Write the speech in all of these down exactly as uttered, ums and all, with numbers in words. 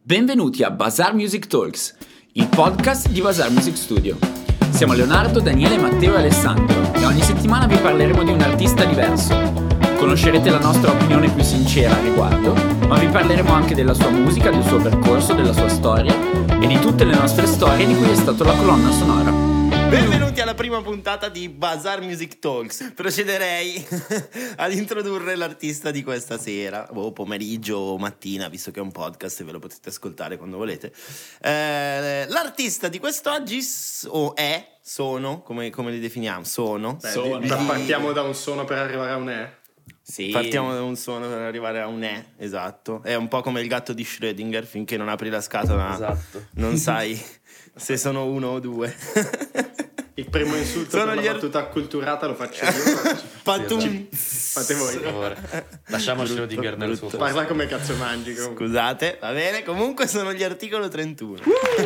Benvenuti a Bazaar Music Talks, il podcast di Bazaar Music Studio. Siamo Leonardo, Daniele, Matteo e Alessandro e ogni settimana vi parleremo di un artista diverso. Conoscerete la nostra opinione più sincera al riguardo, ma vi parleremo anche della sua musica, del suo percorso, della sua storia e di tutte le nostre storie di cui è stato la colonna sonora. Benvenuti alla prima puntata di Bazaar Music Talks. Procederei ad introdurre l'artista di questa sera, o pomeriggio o mattina, visto che è un podcast e ve lo potete ascoltare quando volete. Eh, l'artista di quest'oggi s- o è, sono, come, come li definiamo? Sono. Beh, Sono. di- di- partiamo da un suono per arrivare a un E. Sì. Partiamo da un suono per arrivare a un E, esatto. È un po' come il gatto di Schrödinger, finché non apri la scatola Esatto. non sai se sono uno o due. Il primo insulto Sono per la gli ar- battuta acculturata lo faccio io. Patum. Fate voi. Per favore. Lasciamocelo di Schrödinger nel suo posto. Parla come cazzo mangi. comunque. Scusate, va bene. Comunque sono gli articolo trentuno.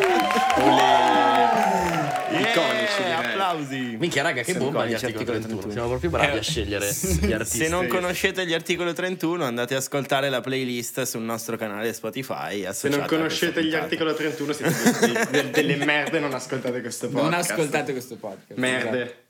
Iconici, Yeah, direi. applausi. Minchia raga, che Sono bomba gli iconici, articoli articolo trentuno. trentuno. Siamo proprio bravi Eh, a scegliere gli artisti. Se non conoscete gli articolo trentuno, andate ad ascoltare la playlist sul nostro canale Spotify. Se non conoscete gli articoli trentuno siete dei- dei- delle merde, non ascoltate questo podcast. Non ascoltate questo podcast. Merde.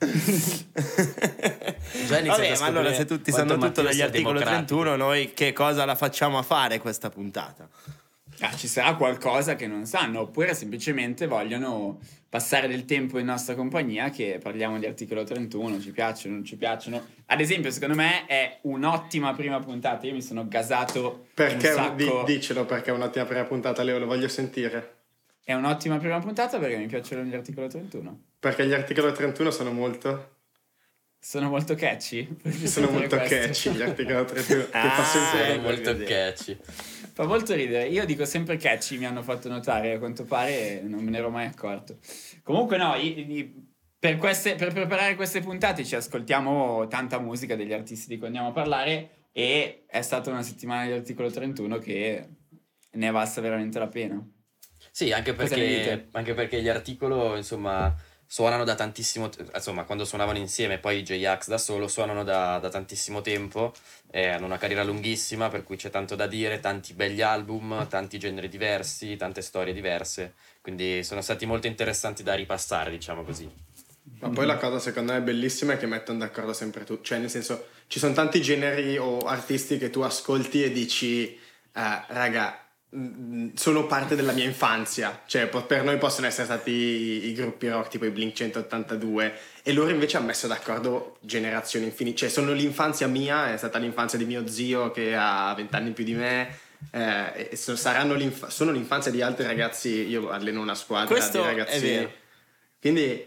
Già iniziate Vabbè, a ma allora scoprire se tutti quanto sanno tutto Matteo degli sia articolo democratico. trentuno, noi che cosa la facciamo a fare questa puntata? Ah, ci sarà qualcosa che non sanno, oppure semplicemente vogliono passare del tempo in nostra compagnia che parliamo di articolo trentuno, ci piacciono, non ci piacciono. Ad esempio, secondo me è un'ottima prima puntata, io mi sono gasato Perché un un- sacco. di- dicelo perché è un'ottima prima puntata, Leo, lo voglio sentire. È un'ottima prima puntata perché mi piacciono gli articolo trentuno. Perché gli articoli trentuno sono molto Sono molto catchy. sono molto Questo. catchy gli articoli trentuno. Che Ah, fa sempre È Eh, molto voglio catchy. Fa molto ridere. Io dico sempre catchy, mi hanno fatto notare, a quanto pare non me ne ero mai accorto. Comunque no, i- i- per, queste, per preparare queste puntate ci ascoltiamo tanta musica degli artisti di cui andiamo a parlare e è stata una settimana di articolo trentuno che ne è valsa veramente la pena. Sì, anche Cosa ne perché, dite? anche perché gli articolo, insomma, suonano da tantissimo t- insomma, quando suonavano insieme, poi J-Ax da solo suonano da, da tantissimo tempo, eh, hanno una carriera lunghissima, per cui c'è tanto da dire, tanti begli album, tanti generi diversi, tante storie diverse, quindi sono stati molto interessanti da ripassare, diciamo così. Ma poi la cosa secondo me bellissima è che mettono d'accordo sempre tu, cioè nel senso ci sono tanti generi o artisti che tu ascolti e dici eh, raga mm, sono parte della mia infanzia, cioè po- per noi possono essere stati i, i gruppi rock tipo i Blink centottantadue e loro invece hanno messo d'accordo generazioni infinite, cioè sono l'infanzia mia, è stata l'infanzia di mio zio che ha vent'anni in più di me. Eh, e so- saranno l'inf- sono l'infanzia di altri ragazzi, io alleno una squadra Questo di è ragazzini, vero. quindi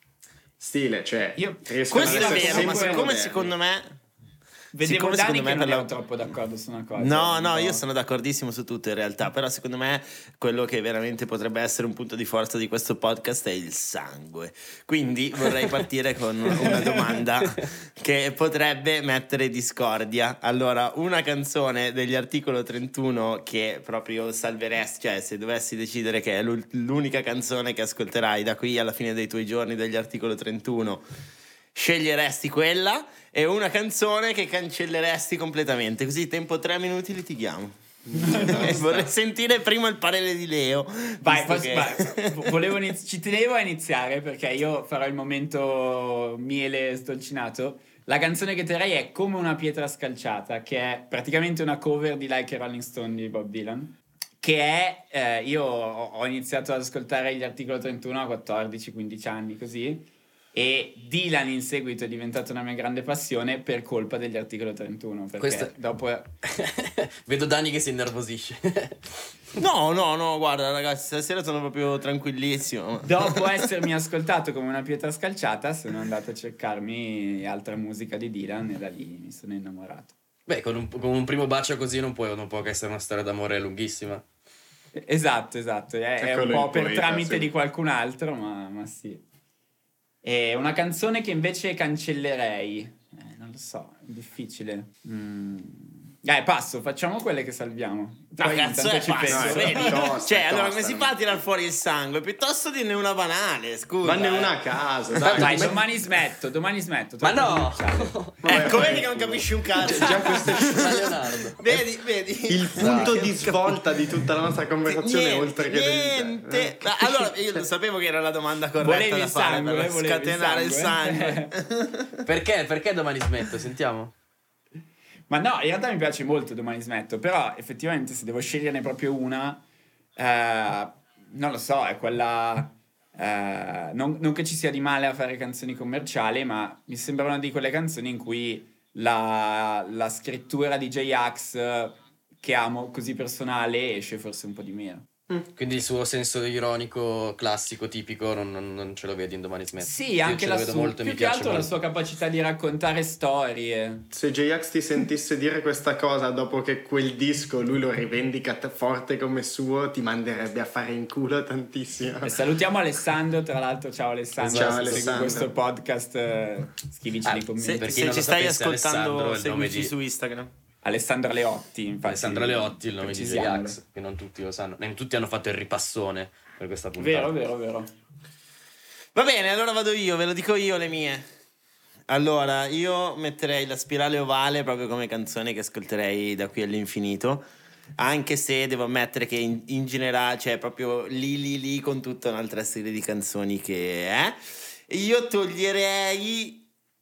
stile, cioè Io- riescono Questo ad è essere vero, ma sempre siccome moderni. secondo me Vedevo Siccome Dani secondo che me non per la- ero troppo d'accordo su una cosa. No, un no, po'. io sono d'accordissimo su tutto in realtà, però secondo me quello che veramente potrebbe essere un punto di forza di questo podcast è il sangue. Quindi vorrei partire con una domanda che potrebbe mettere discordia. Allora, una canzone degli articolo trentuno che proprio salveresti, cioè se dovessi decidere che è l'ul- l'unica canzone che ascolterai da qui alla fine dei tuoi giorni degli articolo trentuno, sceglieresti quella e una canzone che cancelleresti completamente, così tempo tre minuti litighiamo. E vorrei sentire prima il parere di Leo. Vai, visto posso- che- vai. Volevo iniz- ci tenevo a iniziare perché io farò il momento miele stolcinato. La canzone che terrei è Come una pietra scalciata, che è praticamente una cover di Like a Rolling Stone di Bob Dylan. Che è, eh, io ho ho iniziato ad ascoltare gli articolo trentuno a quattordici quindici anni così. E Dylan in seguito è diventato una mia grande passione per colpa degli articolo trentuno. Perché Questo- dopo. Vedo Dani che si innervosisce. No, no, no, guarda ragazzi, stasera sono proprio tranquillissimo. Dopo essermi ascoltato come una pietra scalciata, sono andato a cercarmi altra musica di Dylan e da lì mi sono innamorato. Beh, con un, con un primo bacio così non può, non può che essere una storia d'amore lunghissima. Esatto, esatto, è, è un quello po' il per poeta, tramite sì. di qualcun altro, ma, ma sì. E una canzone che invece cancellerei, eh, non lo so, è difficile. Mm. Dai, passo, facciamo quelle che salviamo. No, Poi cazzo, intanto è ci passo, penso. vedi? Tosta, Cioè, allora tosta, come si no? fa a tirar fuori il sangue? Piuttosto dinne una banale, scusa. Vanne eh. una a caso, Dai, dai. come- domani smetto, domani smetto. Ma troppo no! commerciale. Vabbè, Ecco, fai vedi che non culo. capisci un cazzo. Già questo è Ma Leonardo. Vedi, vedi. il punto di svolta di tutta la nostra conversazione, Niente, oltre che niente. del... eh. Ma allora, io non sapevo che era la domanda corretta Volevi da il fare sangue, per volevi scatenare il sangue. Perché? Perché domani smetto? Sentiamo. Ma no, in realtà mi piace molto domani smetto, però effettivamente se devo sceglierne proprio una, eh, non lo so, è quella... eh, non, non che ci sia di male a fare canzoni commerciali, ma mi sembra una di quelle canzoni in cui la, la scrittura di J-Ax, che amo così personale, esce forse un po' di meno. Quindi il suo senso ironico, classico, tipico, non, non- non ce lo vedi in domani smetto. Sì, Io anche ce la lo vedo sua, molto e più mi che piace altro la molto. sua capacità di raccontare storie. Se J-Ax ti sentisse dire questa cosa dopo che quel disco lui lo rivendica t- forte come suo, ti manderebbe a fare in culo tantissimo. E salutiamo Alessandro, tra l'altro, ciao Alessandro, Ciao, se segui Alessandro. questo podcast, eh, scrivici Ah, nei Se, commenti. Per chi se non ci lo stai sapesse, Alessandro ascoltando, è il nome seguici di- su Instagram. Alessandro Aleotti, infatti. Alessandro Aleotti, il nome di precisiamolo. J-Ax, che non tutti lo sanno. Non tutti hanno fatto il ripassone per questa puntata. Vero, vero, vero. Va bene, allora vado io, ve lo dico io le mie. Allora, io metterei La spirale ovale proprio come canzone che ascolterei da qui all'infinito. Anche se devo ammettere che in, in generale, cioè proprio lì lì lì con tutta un'altra serie di canzoni che è. Io toglierei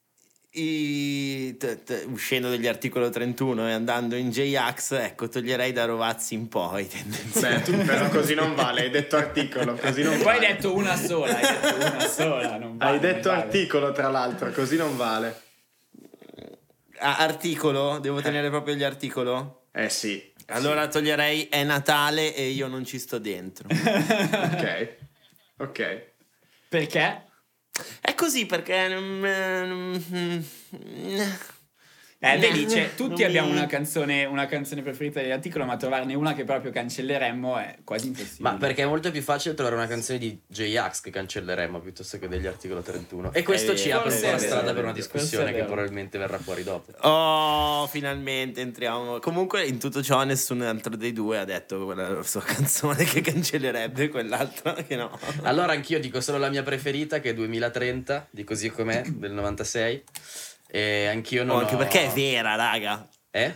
i- t- t- uscendo dagli articolo trentuno e andando in J-Ax, ecco, toglierei da Rovazzi in poi tendenzialmente. Beh, tu però così non vale, hai detto articolo, così non E poi vale. hai detto una sola, hai detto una sola, non vale, Hai detto non vale. articolo, tra l'altro, così non vale. Ah, articolo? Devo tenere proprio gli articolo? Eh sì. Allora toglierei È Natale e io non ci sto dentro. Ok. Ok. Perché? È così perché... non- Eh, vedi, cioè, tutti Non abbiamo mi- una canzone, una canzone preferita dell'articolo, ma trovarne una che proprio cancelleremmo è quasi impossibile. Ma perché è molto più facile trovare una canzone di J-Ax che cancelleremo piuttosto che degli articolo trentuno. E questo Eh, ci apre un forse po' la è vero, strada è per una vero, discussione forse è che vero. probabilmente verrà fuori dopo. Oh, finalmente entriamo. Comunque in tutto ciò nessun altro dei due ha detto quella sua canzone che cancellerebbe, quell'altra che no. Allora anch'io dico solo la mia preferita che è duemilatrenta, di Così Com'è, del novantasei. E anch'io non Oh, anche ho- perché è vera, raga. Eh?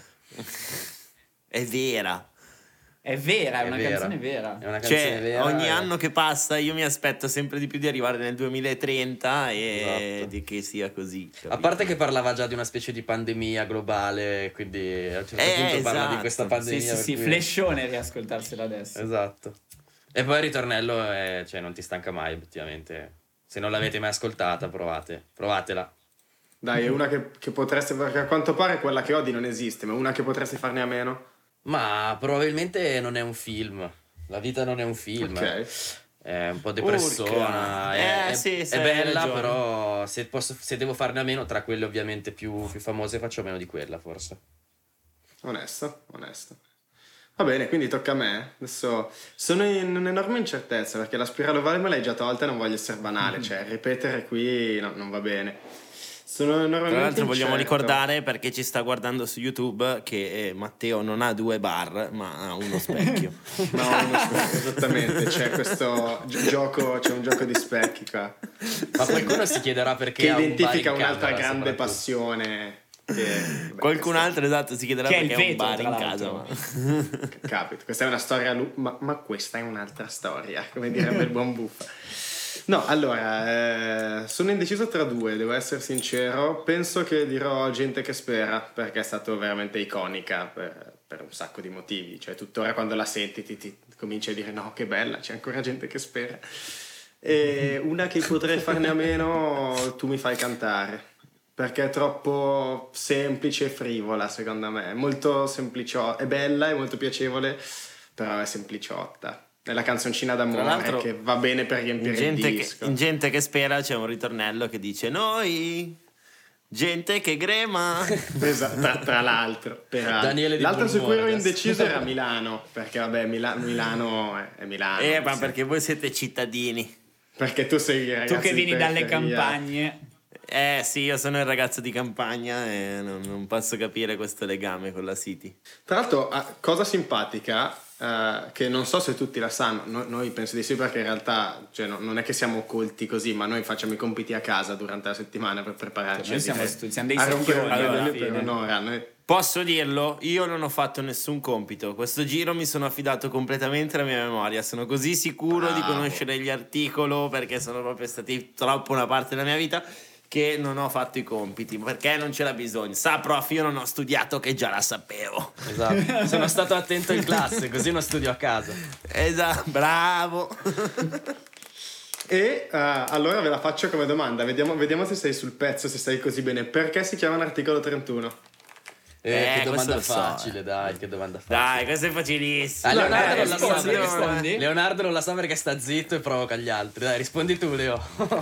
È vera. È vera, è, È una vera. canzone vera. È una canzone Cioè, vera. ogni e- anno che passa io mi aspetto sempre di più di arrivare nel duemilatrenta e Esatto. di che sia così. A capito? parte che parlava già di una specie di pandemia globale, quindi a un certo Eh, punto parla esatto. di questa Sì, pandemia. sì, per sì, cui- flashone riascoltarsela adesso. Esatto. E poi il ritornello è, cioè, non ti stanca mai, effettivamente. Se non l'avete mai ascoltata, provate. Provatela. Dai, è una che, che potreste... Perché a quanto pare quella che odi non esiste, ma una che potresti farne a meno? Ma probabilmente non è un film. La vita non è un film. Ok. È un po' depressona. Urca. È, Eh, è- sì, sì, è hai bella, ragione. però se, posso- se devo farne a meno, tra quelle ovviamente più, più famose, faccio a meno di quella, forse. Onesto, onesto. Va bene, quindi tocca a me. Adesso sono in un'enorme incertezza perché la spirale ovale me l'hai già tolta e non voglio essere banale, cioè ripetere qui no, non va bene. Sono enormemente Tra l'altro vogliamo incerto. ricordare, perché ci sta guardando su YouTube, che eh, Matteo non ha due bar, ma ha uno specchio. No, uno specchio, esattamente, c'è questo gi- gioco, c'è un gioco di specchi qua Ma qualcuno si chiederà perché che ha un identifica bar in un'altra camera, grande soprattutto. passione. Che, vabbè, Qualcun questa- altro, esatto, si chiederà Che è il perché ha un veto, bar tra in casa. l'altro. Ma... Capito, questa è una storia, lu- ma, ma questa è un'altra storia, come direbbe il buon Buffa. No, allora, eh, sono indeciso tra due, devo essere sincero. Penso che dirò Gente che spera, perché è stata veramente iconica per, per un sacco di motivi. Cioè, tuttora quando la senti ti, ti cominci a dire no, che bella, c'è ancora gente che spera. E una che potrei farne a meno, Tu mi fai cantare. Perché è troppo semplice e frivola, secondo me. È molto sempliciotta, è bella, è molto piacevole, però è sempliciotta. È la canzoncina Tra d'amore l'altro, che va bene per In riempire il gente, che, disco. in gente che spera c'è un ritornello che dice noi, gente che grema. Esatto, tra, tra l'altro. peraltro. Daniele Di L'altro su cui ero Bulmore adesso. indeciso era Milano, perché vabbè, Mila- Milano è, è Milano. Eh, ma sì. perché voi siete cittadini. Perché tu sei Tu ragazzi che di vieni dalle periferia. campagne. Eh sì, io sono il ragazzo di campagna e non, non posso capire questo legame con la City. Tra l'altro, ah, cosa simpatica, eh, che non so se tutti la sanno, no- noi penso di sì perché in realtà cioè, no- non è che siamo colti così, ma noi facciamo i compiti a casa durante la settimana per prepararci. Noi a siamo dire- stu- siamo dei a rompere secchioni i alla coglioni per fine. un'ora. Noi- Posso dirlo? Io non ho fatto nessun compito. Questo giro mi sono affidato completamente alla mia memoria. Sono così sicuro di Bravo. conoscere gli articoli perché sono proprio stati troppo una parte della mia vita che non ho fatto i compiti perché non c'era bisogno. Sa, prof, io non ho studiato che già la sapevo. Esatto. Sono stato attento in classe, così non studio a casa. Esatto, bravo. E eh, allora ve la faccio come domanda, vediamo, vediamo se sei sul pezzo, se sei così bene. Perché si chiama un articolo trentuno? Eh, Eh, che domanda questo lo so, facile, eh. dai, che domanda facile. Dai, questo è facilissimo. Ah, Leonardo Dai, non la rispondi, sa perché sta- rispondi. Leonardo non la sa perché sta zitto e provoca gli altri. Dai, rispondi tu, Leo.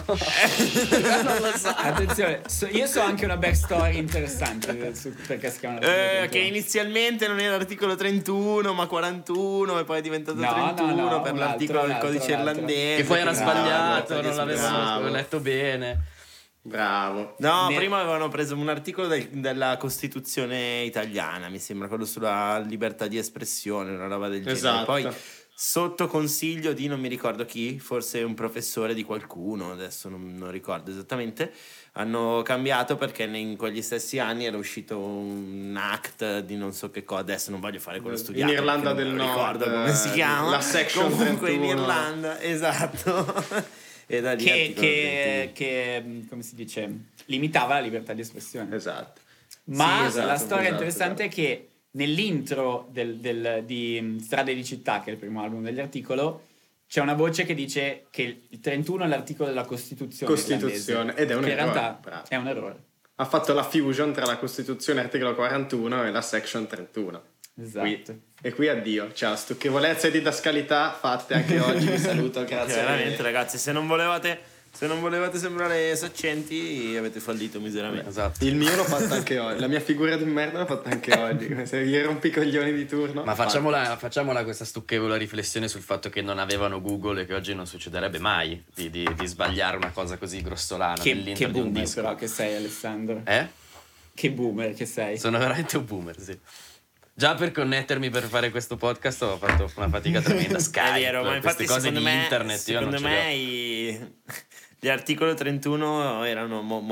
Non lo sa. Attenzione, so- io so anche una backstory interessante su perché si chiama Eh, l'articolo che inizialmente non era l'articolo trentuno ma quarantuno e poi è diventato No, trentuno no, no, per un l'articolo altro, del un altro, codice un altro. irlandese. Che poi era quindi- sbagliato, bravo, non l'avevano bravo. letto bene. Bravo. No, Ne- prima avevano preso un articolo del- della Costituzione italiana, mi sembra, quello sulla libertà di espressione, una roba del genere. Esatto. Poi, sotto consiglio di non mi ricordo chi, forse un professore di qualcuno, adesso non, non ricordo esattamente, hanno cambiato perché in quegli stessi anni era uscito un act di non so che cosa, adesso non voglio fare quello In studiato. Irlanda perché non del me lo Nord, ricordo come si eh, chiama. la section Comunque in trentuno. Irlanda, esatto. E da lì che, articolo che, che, mh, come si dice, limitava la libertà di espressione. Esatto. Ma Sì, esatto, la storia esatto, interessante esatto. è che nell'intro del, del- di mh, Strade di città, che è il primo album dell'articolo, c'è una voce che dice che il trentuno è l'articolo della Costituzione Costituzione, irlandese, ed è un che errore, in realtà bravo. è un errore. Ha fatto la fusion tra la Costituzione articolo quarantuno e la section trentuno. Esatto. Qui- e qui addio, ciao, stucchevolezze e didascalità fatte anche oggi, vi saluto, grazie. Veramente, ragazzi, se non volevate se non volevate sembrare saccenti avete fallito miseramente. Esatto. Il mio l'ho fatto anche oggi, la mia figura di merda l'ho fatta anche oggi, come se gli rompi i coglioni di turno. Ma facciamola, facciamola questa stucchevole riflessione sul fatto che non avevano Google e che oggi non succederebbe mai di, di- di sbagliare una cosa così grossolana Che, nell'intro che di un boomer disco. però che sei, Alessandro. Eh? Che boomer che sei. Sono veramente un boomer, sì. Già per connettermi per fare questo podcast ho fatto una fatica tremenda. Skype, È vero, ma infatti queste cose secondo di me, internet io non secondo ce me le ho. i- gli articoli trentuno erano mo-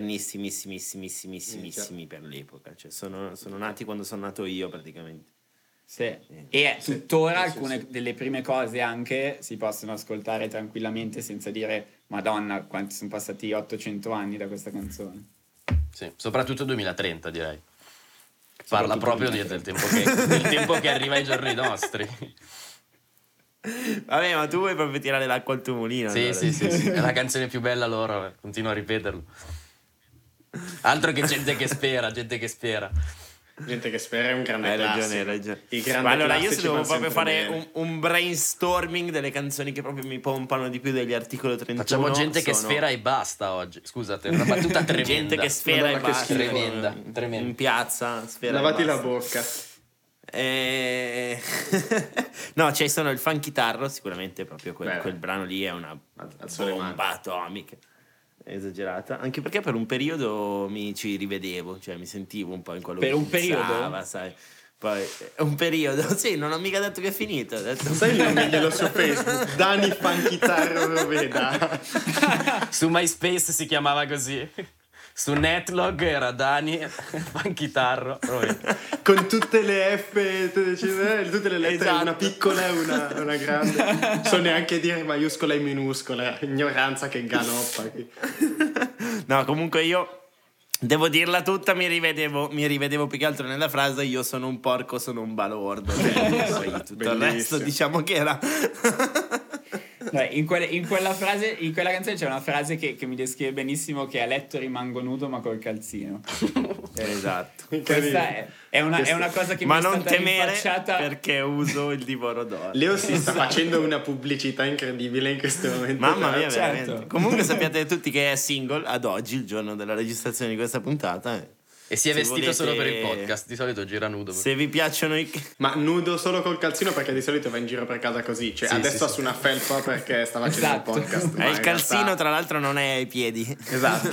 modernissimissimissimissimissimissimi per l'epoca, cioè sono, sono nati quando sono nato io praticamente. Sì. E tuttora Sì, sì, alcune sì. delle prime cose anche si possono ascoltare tranquillamente senza dire Madonna, quanti sono passati ottocento anni da questa canzone. Sì, soprattutto duemilatrenta direi. Parla Soprattutto proprio di- del, tempo che, del tempo che arriva ai giorni nostri. Vabbè, ma tu vuoi proprio tirare l'acqua al tuo mulino. Sì, allora. sì, sì, sì, è la canzone più bella loro, eh, continuo a ripeterlo. Altro che gente che spera, gente che spera. Gente che spera è un grande Hai classico. ragione, hai ragione. I grandi Ma allora io classici se devo vanno proprio sempre fare bene. un, un brainstorming delle canzoni che proprio mi pompano di più degli articoli trentuno. Facciamo gente che sono sfera e basta oggi. Scusate, una battuta tremenda. gente che sfera e Madonna, che basta. schifo. Tremenda, in- tremenda. In piazza, sfera e Lavati la basta. bocca. Eh, no, ci sono il Funky Tarro, sicuramente proprio quel, Beh. quel brano lì è una Al- alzo le mani. bomba atomica. Esagerata, anche perché per un periodo mi ci rivedevo, cioè mi sentivo un po' in quello Per che un periodo? puzzava, sai. Poi eh, un periodo, sì, non ho mica detto che è finito, ho detto Sai il nome glielo su Facebook? Dani Fanchitarro Roveda. Su MySpace si chiamava così. Su Netlog era Dani Fanchitarro. Con tutte le F, tutte tutte le lettere, Esatto. una piccola e una, una grande. So neanche dire maiuscola e minuscola, ignoranza che galoppa. No, comunque io devo dirla tutta, mi rivedevo, mi rivedevo più che altro nella frase io sono un porco, sono un balordo. Cioè, poi tutto il Bellissimo. resto diciamo che era Beh, in, quelle- in quella frase, in quella canzone c'è una frase che, che mi descrive benissimo, che a letto rimango nudo ma col calzino. esatto. Questa è, è una, è una cosa che Ma mi è non stata temere rinfacciata. perché uso il divoro d'oro. Leo si sta facendo una pubblicità incredibile in questo momento. Mamma mia, Certo. veramente. Comunque sappiate tutti che è single ad oggi, il giorno della registrazione di questa puntata. eh. E si è Se vestito volete- solo per il podcast, di solito gira nudo. Se vi piacciono i... Ma nudo solo col calzino, perché di solito va in giro per casa così. Cioè, Sì, adesso sì, ha sì. su una felpa perché sta facendo Esatto. il podcast. ma Eh, il in calzino realtà- tra l'altro non è ai piedi. Esatto.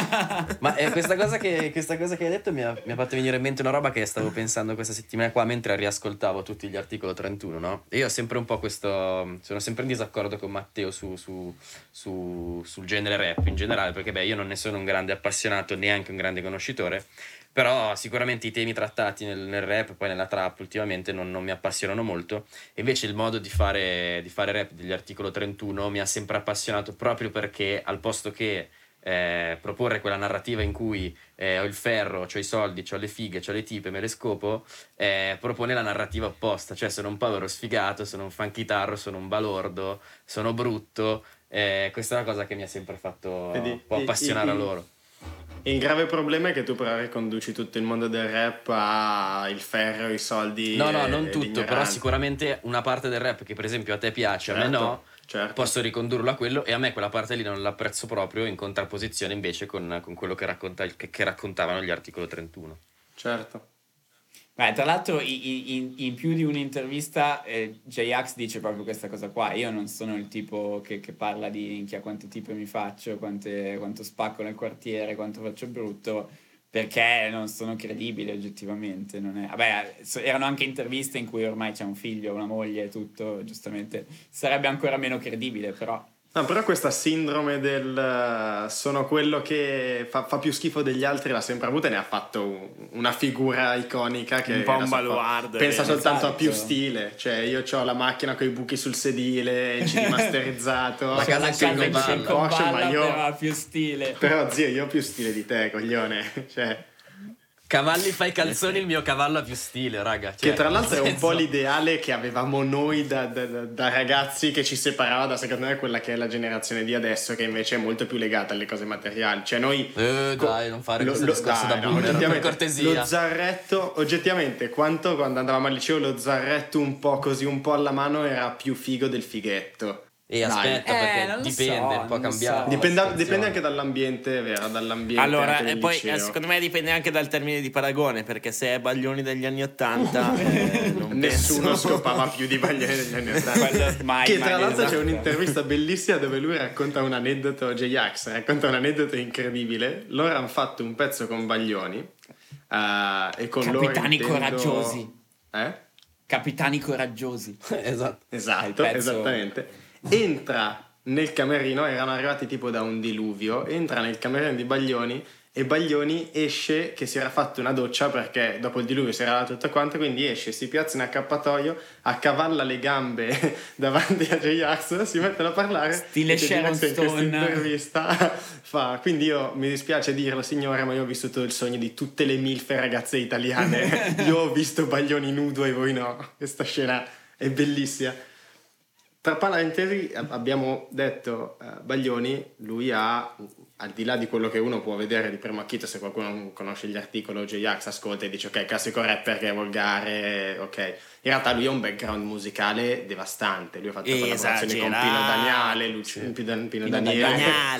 Ma eh, questa, cosa che, questa cosa che hai detto mi ha, mi ha fatto venire in mente una roba che stavo pensando questa settimana qua mentre riascoltavo tutti gli articoli trentuno, no? E io ho sempre un po' questo... sono sempre in disaccordo con Matteo su, su, su, sul genere rap in generale, perché beh, io non ne sono un grande appassionato, neanche un grande conoscitore, però sicuramente i temi trattati nel, nel rap, poi nella trap ultimamente non, non mi appassionano molto. E invece il modo di fare, di fare rap degli articolo trentuno mi ha sempre appassionato, proprio perché al posto che eh, proporre quella narrativa in cui eh, ho il ferro, ho i soldi, ho le fighe, ho le tipe, me le scopo, eh, propone la narrativa opposta, cioè sono un povero sfigato, sono un fanchitarro, sono un balordo, sono brutto. Eh, questa è una cosa che mi ha sempre fatto Vedi, un po' i- appassionare i- a loro. Il grave problema è che tu però riconduci tutto il mondo del rap a il ferro, i soldi. No, no, e- non e tutto, però l'ignoranza. sicuramente una parte del rap che per esempio a te piace, a me Certo, no, certo. posso ricondurlo a quello, e a me quella parte lì non l'apprezzo proprio, in contrapposizione invece con, con quello che, racconta, che, che raccontavano gli articolo trentuno. Certo. Beh, tra l'altro i- i- in, in più di un'intervista eh, J-Ax dice proprio questa cosa qua. Io non sono il tipo che, che parla di minchia quante tipe mi faccio, quante, quanto spacco nel quartiere, quanto faccio brutto, perché non sono credibile oggettivamente. Non è... Vabbè, so- erano anche interviste in cui ormai c'è un figlio, una moglie e tutto, giustamente sarebbe ancora meno credibile, però... No, però questa sindrome del eh, sono quello che fa, fa più schifo degli altri l'ha sempre avuta e ne ha fatto un- una figura iconica che Un po' un adesso fa- baluardo, pensa eh, soltanto a esatto. più stile, cioè io ho la macchina con i buchi sul sedile, il C D masterizzato, La casa C'è in la casa Scelco in Porsche, Scelco ma Balla, io- però ha più stile. però zio io ho più stile di te, coglione, cioè Cavalli fai calzoni, il mio cavallo ha più stile, raga. Cioè, che tra l'altro è nel un po' senso- l'ideale che avevamo noi da, da- da- da ragazzi, che ci separava da secondo me quella che è la generazione di adesso, che invece è molto più legata alle cose materiali, cioè noi Eh, co- dai, non fare lo- questo lo- discorso dai, da no, boomer, per oggettivamente, cortesia. lo zarretto, oggettivamente, quanto quando andavamo al liceo lo zarretto un po' così, un po' alla mano era più figo del fighetto. E Dai. aspetta, Eh, perché non lo dipende, so, può non lo cambiare. so. Dipende, attenzione. dipende anche dall'ambiente, è vero, dall'ambiente Allora, anche e del poi liceo. eh, secondo me dipende anche dal termine di paragone, perché se è Baglioni degli anni Ottanta eh, non Nessuno penso- scopava più di Baglioni degli anni ottanta. Quello mai, Che mai tra l'altro c'è esatto. un'intervista bellissima dove lui racconta un aneddoto, J-Ax racconta un aneddoto incredibile. Loro hanno fatto un pezzo con Baglioni eh, e con loro Capitani intendo- coraggiosi. Eh? Capitani coraggiosi. Esatto. Esatto, Il pezzo- esattamente. Entra nel camerino, erano arrivati tipo da un diluvio, entra nel camerino di Baglioni e Baglioni esce che si era fatto una doccia perché dopo il diluvio si era lavato tutto quanto, quindi esce, si piazza in accappatoio, accavalla le gambe davanti a J-Ax, si mettono a parlare Stile e J-Ax Sharon in questa Stone. intervista fa, quindi io mi dispiace dirlo signore, ma io ho vissuto il sogno di tutte le milfe ragazze italiane, io ho visto Baglioni nudo e voi no. Questa scena è bellissima. Tra parentesi ab- abbiamo detto uh, Baglioni, lui ha, al di là di quello che uno può vedere di primo acchito, se qualcuno non conosce gli articoli, J-Ax ascolta e dice ok, classico rapper che è volgare, ok. In realtà lui ha un background musicale devastante, lui ha fatto collaborazioni con Pino Esagerato. Daniele, Luci- Pino, Pino, Pino Daniele.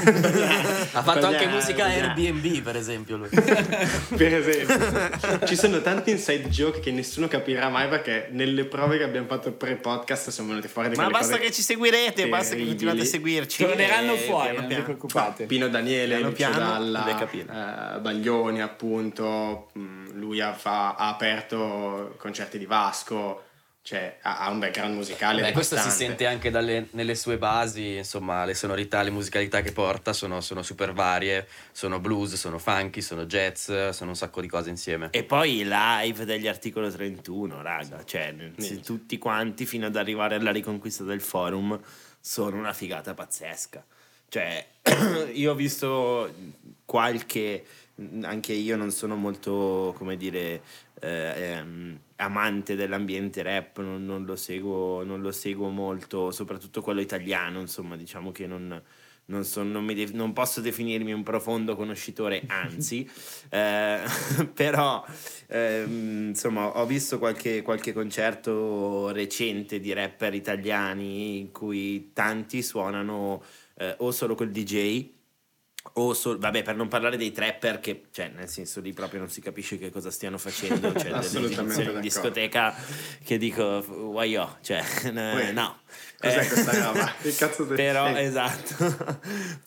Ha fatto anche Daniele, musica Daniele. Airbnb, per esempio, lui. Per esempio, ci sono tanti inside joke che nessuno capirà mai perché nelle prove che abbiamo fatto pre-podcast sono venute fuori di Ma quelle basta cose che ci seguirete, terribili. basta che continuate a seguirci. Torneranno e fuori, piano non vi piano. preoccupate. Pino Daniele, Piano Lucio piano, Dalla, deve capire. eh, Baglioni appunto, mh, lui ha, fa- ha aperto concerti di Vasco, cioè ha, ha un background musicale Beh, questo si devastante. sente anche dalle, nelle sue basi, insomma, le sonorità, le musicalità che porta sono, sono super varie, sono blues, sono funky, sono jazz, sono un sacco di cose insieme. E poi i live degli articolo trentuno, raga, cioè nel- se Minchia. tutti quanti fino ad arrivare alla riconquista del forum sono una figata pazzesca. Cioè, io ho visto qualche, anche io non sono molto, come dire, eh, ehm, amante dell'ambiente rap, non, non lo seguo, non lo seguo molto, soprattutto quello italiano, insomma, diciamo che non, non, so- non mi de- non posso definirmi un profondo conoscitore, anzi, eh, però ehm, insomma ho visto qualche, qualche concerto recente di rapper italiani in cui tanti suonano eh, o solo col D J o so- vabbè, per non parlare dei trapper che, cioè, nel senso lì proprio non si capisce che cosa stiano facendo, cioè delle Assolutamente esibizioni in d'accordo. discoteca che dico why yo, cioè Uè, no. Cos'è Eh, questa roba? Che cazzo te- Però eh. esatto.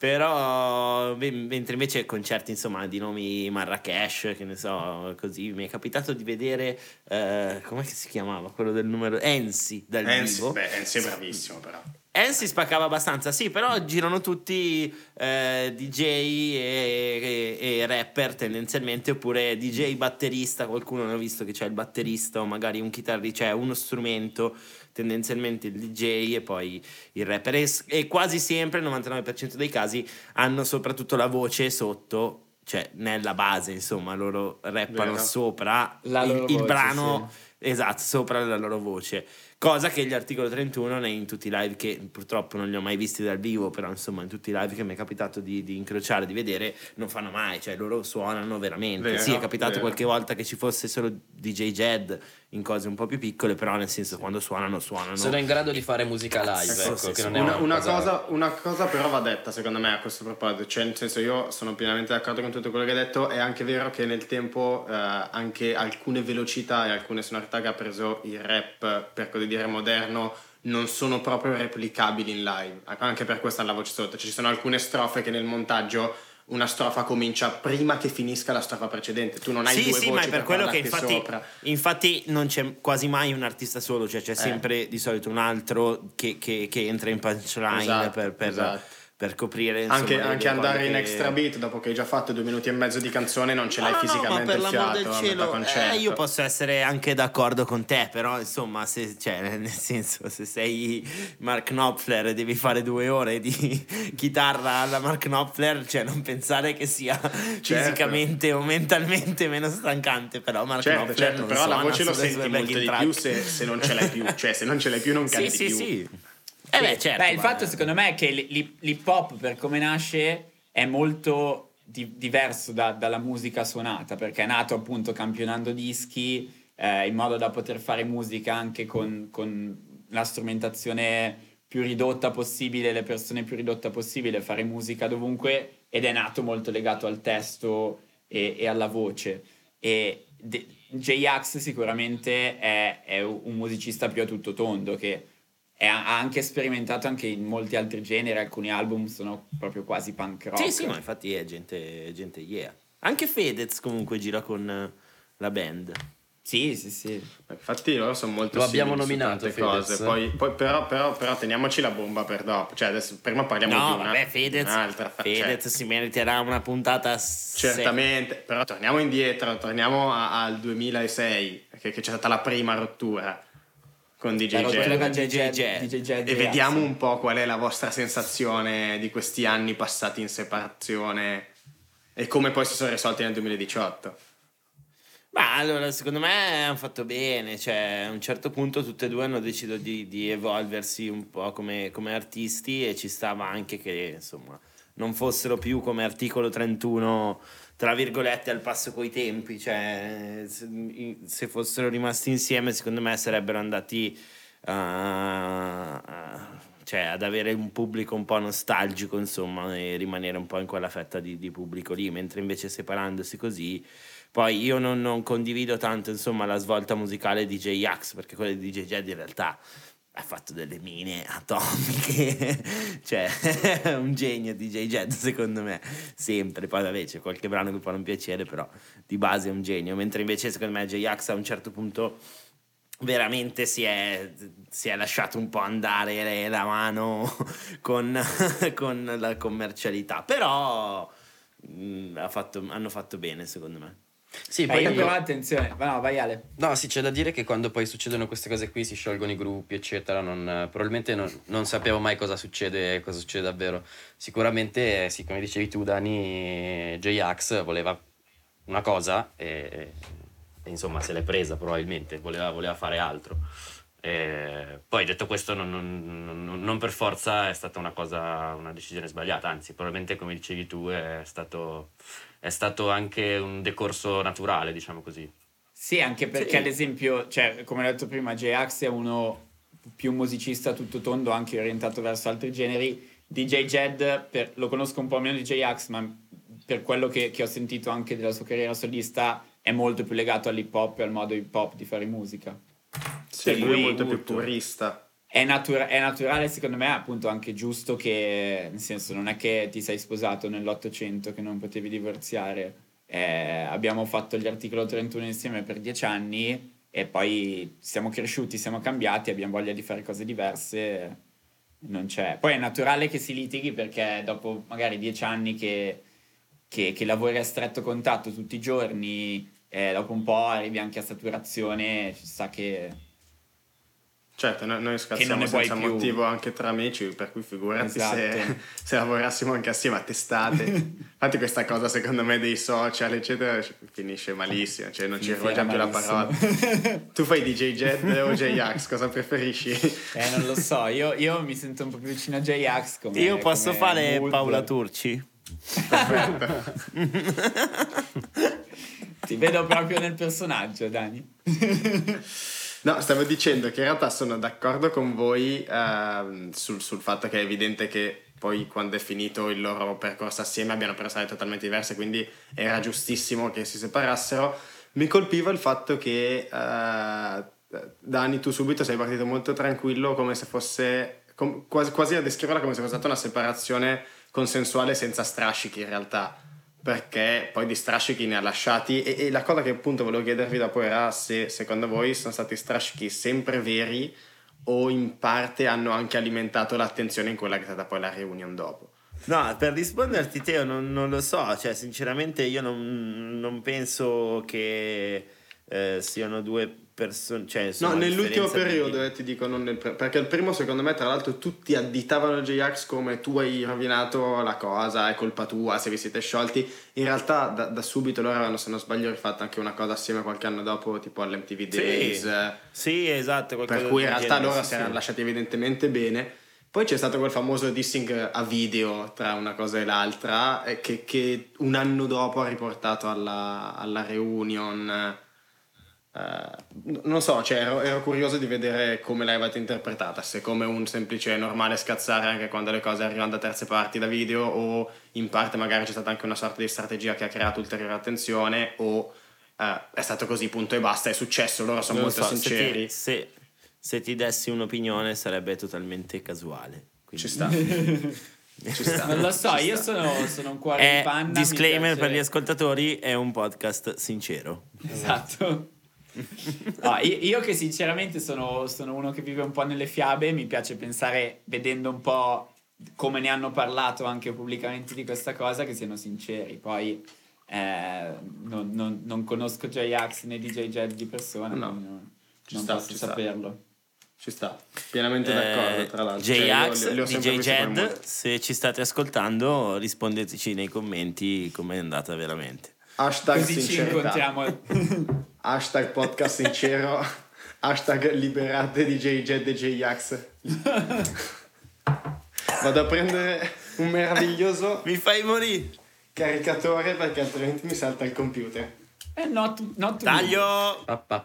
Però beh, mentre invece concerti insomma di nomi Marrakesh, che ne so, così mi è capitato di vedere eh, com'è che si chiamava quello del numero Ensi dal Enzi, vivo. beh, Enzi è bravissimo però. Ensi spaccava abbastanza, sì, però girano tutti eh, D J e, e- e rapper tendenzialmente, oppure D J batterista, qualcuno ne ho visto che c'è il batterista o magari un chitarrista, cioè uno strumento, tendenzialmente il D J e poi il rapper. E, s- e quasi sempre, il novantanove per cento dei casi, hanno soprattutto la voce sotto, cioè nella base, insomma, loro rappano Vero. sopra La il, loro il voce, brano, esatto, sopra la loro voce. Cosa che gli Articolo trentuno nei- in tutti i live che purtroppo non li ho mai visti dal vivo, però insomma in tutti i live che mi è capitato di, di incrociare, di vedere, non fanno mai, cioè loro suonano veramente. Vero, Sì, è capitato vero. qualche volta che ci fosse solo D J Jed in cose un po' più piccole, però nel senso quando suonano suonano. Sono in grado di fare musica live, Cazzo, ecco, sì, che sì. non è Una, una, una cosa, una cosa però va detta secondo me a questo proposito, cioè nel senso io sono pienamente d'accordo con tutto quello che hai detto, è anche vero che nel tempo eh, anche alcune velocità e alcune sonorità che ha preso il rap, per così dire moderno, non sono proprio replicabili in live, anche per questo alla voce sotto, ci sono alcune strofe che nel montaggio una strofa comincia prima che finisca la strofa precedente, tu non hai Sì, due sì, voci ma è per quello che parlarti infatti, sopra. infatti non c'è quasi mai un artista solo, cioè c'è sempre di solito un altro che, che- che entra in punchline Esatto, per, per- esatto. per coprire insomma, Anche, le- anche le andare cose in che- extra beat dopo che hai già fatto due minuti e mezzo di canzone non ce l'hai No, no, no, fisicamente ma per il l'amor fiato del a metà cielo, concerto. eh, io posso essere anche d'accordo con te, però insomma, se, cioè, nel senso, se sei Mark Knopfler e devi fare due ore di chitarra alla Mark Knopfler, cioè non pensare che sia fisicamente o mentalmente meno stancante, però Mark Certo, Knopfler certo, non però la suona voce lo sulle senti sue molto backing di track. più se, se non ce l'hai più, cioè se non ce l'hai più non canti Sì, sì, più. sì. Eh beh, certo, Beh, il ma- fatto secondo me è che l'hi- l'hip hop per come nasce è molto di- diverso da- dalla musica suonata, perché è nato appunto campionando dischi eh, in modo da poter fare musica anche con, con la strumentazione più ridotta possibile, le persone più ridotta possibile, fare musica dovunque, ed è nato molto legato al testo e, e alla voce. E de- J-Ax sicuramente è, è un musicista più a tutto tondo che è- ha anche sperimentato anche in molti altri generi, alcuni album sono proprio quasi punk rock. Sì, sì, ma infatti è gente, gente yeah. Anche Fedez comunque gira con eh, la band. Sì, sì, sì. Infatti loro sono molto Lo abbiamo simili su nominato, tante Fedez. cose. Poi, poi però, però, però teniamoci la bomba per dopo. Cioè adesso prima parliamo No, di una, vabbè, di Fedez, un'altra. Cioè, Fedez si meriterà una puntata a sé. certamente, però torniamo indietro, torniamo a- al duemilasei, che, che c'è stata la prima rottura con D J La rottura Jed. con D J D J Jed, D J Jed E J-Ax. vediamo un po' qual è la vostra sensazione di questi anni passati in separazione e come poi si sono risolti nel duemiladiciotto. Ma allora, secondo me hanno fatto bene, cioè a un certo punto tutte e due hanno deciso di, di evolversi un po' come, come artisti e ci stava anche che insomma non fossero più come Articolo trentuno tra virgolette al passo coi tempi, cioè se, se fossero rimasti insieme secondo me sarebbero andati a- a- cioè, ad avere un pubblico un po' nostalgico insomma e rimanere un po' in quella fetta di, di pubblico lì, mentre invece separandosi così. Poi io non, non condivido tanto insomma la svolta musicale di J-Ax, perché quella di D J Jed in realtà ha fatto delle mine atomiche, cioè è un genio D J Jed secondo me, sempre. Poi vabbè c'è qualche brano che può non piacere, però di base è un genio, mentre invece secondo me J-Ax a un certo punto veramente si è, si è lasciato un po' andare la mano con, con la commercialità, però mh, ha fatto, hanno fatto bene secondo me. Sì, Eh, poi io io- però attenzione, ma no, vai Ale. No, sì, c'è da dire che quando poi succedono queste cose qui, si sciolgono i gruppi, eccetera, non, probabilmente non, non sapevo mai cosa succede, cosa succede davvero. Sicuramente, sì, come dicevi tu, Dani, J-Ax voleva una cosa e, e insomma se l'è presa probabilmente, voleva, voleva fare altro. E poi detto questo, non, non- non- non per forza è stata una cosa, una decisione sbagliata, anzi, probabilmente come dicevi tu è stato, è stato anche un decorso naturale, diciamo così. Sì, anche perché Sì. ad esempio, cioè, come ho detto prima, J-Ax è uno più musicista a tutto tondo, anche orientato verso altri generi. D J Jed, per, lo conosco un po' meno di D J Axe, ma per quello che, che ho sentito anche della sua carriera solista è molto più legato all'hip hop e al modo hip hop di fare musica. Sì, Per lui cui è molto più tutto. purista. È, natura- è naturale secondo me, appunto anche giusto che, nel senso, non è che ti sei sposato nell'Ottocento che non potevi divorziare. Eh, abbiamo fatto gli articolo trentuno insieme per dieci anni e poi siamo cresciuti, siamo cambiati, abbiamo voglia di fare cose diverse, non c'è. Poi è naturale che si litighi perché dopo magari dieci anni che, che, che lavori a stretto contatto tutti i giorni, eh, dopo un po' arrivi anche a saturazione, ci sta che... Certo, noi, noi ne scazziamo puoi senza più. motivo anche tra amici, per cui figurati se, Esatto. se lavorassimo anche assieme a testate. Infatti questa cosa secondo me dei social eccetera finisce malissimo, cioè non ci Finirà rivolgiamo più la malissimo. parola. Tu fai D J Jed o J-Ax, cosa preferisci? Eh, non lo so, io, io mi sento un po' più vicino a J-Ax come Io posso come fare mood. Paola Turci? Ti vedo proprio nel personaggio, Dani. No, stavo dicendo che in realtà sono d'accordo con voi ehm, sul, sul fatto che è evidente che poi quando è finito il loro percorso assieme abbiano preso strade totalmente diverse, quindi era giustissimo che si separassero. Mi colpiva il fatto che eh, Dani, tu subito sei partito molto tranquillo, come se fosse com- quasi, quasi a descriverla come se fosse stata una separazione consensuale senza strascichi in realtà, perché poi di strascichi ne ha lasciati e, e la cosa che appunto volevo chiedervi dopo era se secondo voi sono stati strascichi sempre veri o in parte hanno anche alimentato l'attenzione in quella che è stata poi la reunion dopo. No, per risponderti Teo non, non lo so, cioè sinceramente io non, non penso che eh, siano due persone, cioè, insomma, No, a nell'ultimo differenza di- periodo eh, ti dico non nel pre- perché il primo secondo me tra l'altro tutti additavano J-Ax come tu hai rovinato la cosa, è colpa tua se vi siete sciolti. In realtà da, da subito loro avevano, se non sbaglio, rifatto anche una cosa assieme qualche anno dopo tipo all'M T V Days, Sì, eh, sì, esatto, qualcosa per cui in del realtà genere, loro sì, si erano sì. lasciati evidentemente bene. Poi c'è stato quel famoso dissing a video tra una cosa e l'altra eh, che, che un anno dopo ha riportato alla, alla reunion. Uh, non so, cioè ero, ero curioso di vedere come l'avete interpretata, se come un semplice normale scazzare anche quando le cose arrivano da terze parti da video o in parte magari c'è stata anche una sorta di strategia che ha creato ulteriore attenzione o uh, è stato così punto e basta, è successo, loro sono Non lo molto so, se sinceri. ti, se, se ti dessi un'opinione sarebbe totalmente casuale. Quindi- Ci sta. Ci sta. Non lo so, Ci io sta. sono, sono un cuore È di panna. mi disclaimer piace- per gli ascoltatori, è un podcast sincero. Esatto. No, io, io che sinceramente sono, sono uno che vive un po' nelle fiabe, mi piace pensare, vedendo un po' come ne hanno parlato anche pubblicamente di questa cosa, che siano sinceri. Poi eh, non, non- non conosco J-Ax né D J Jed di persona, No, quindi non, ci non sta, posso ci sta. saperlo. Ci sta, pienamente d'accordo tra l'altro. Cioè, io J-Ax, li- li ho D sempre J visti come Jed, molto- se ci state ascoltando rispondeteci nei commenti come è andata veramente. Hashtag Così ci sincerità. incontriamo. Hashtag podcast sincero. Hashtag liberate di J Jed e J-Ax. Vado a prendere un meraviglioso Mi fai morire! caricatore perché altrimenti mi salta il computer. Eh, not, not Taglio!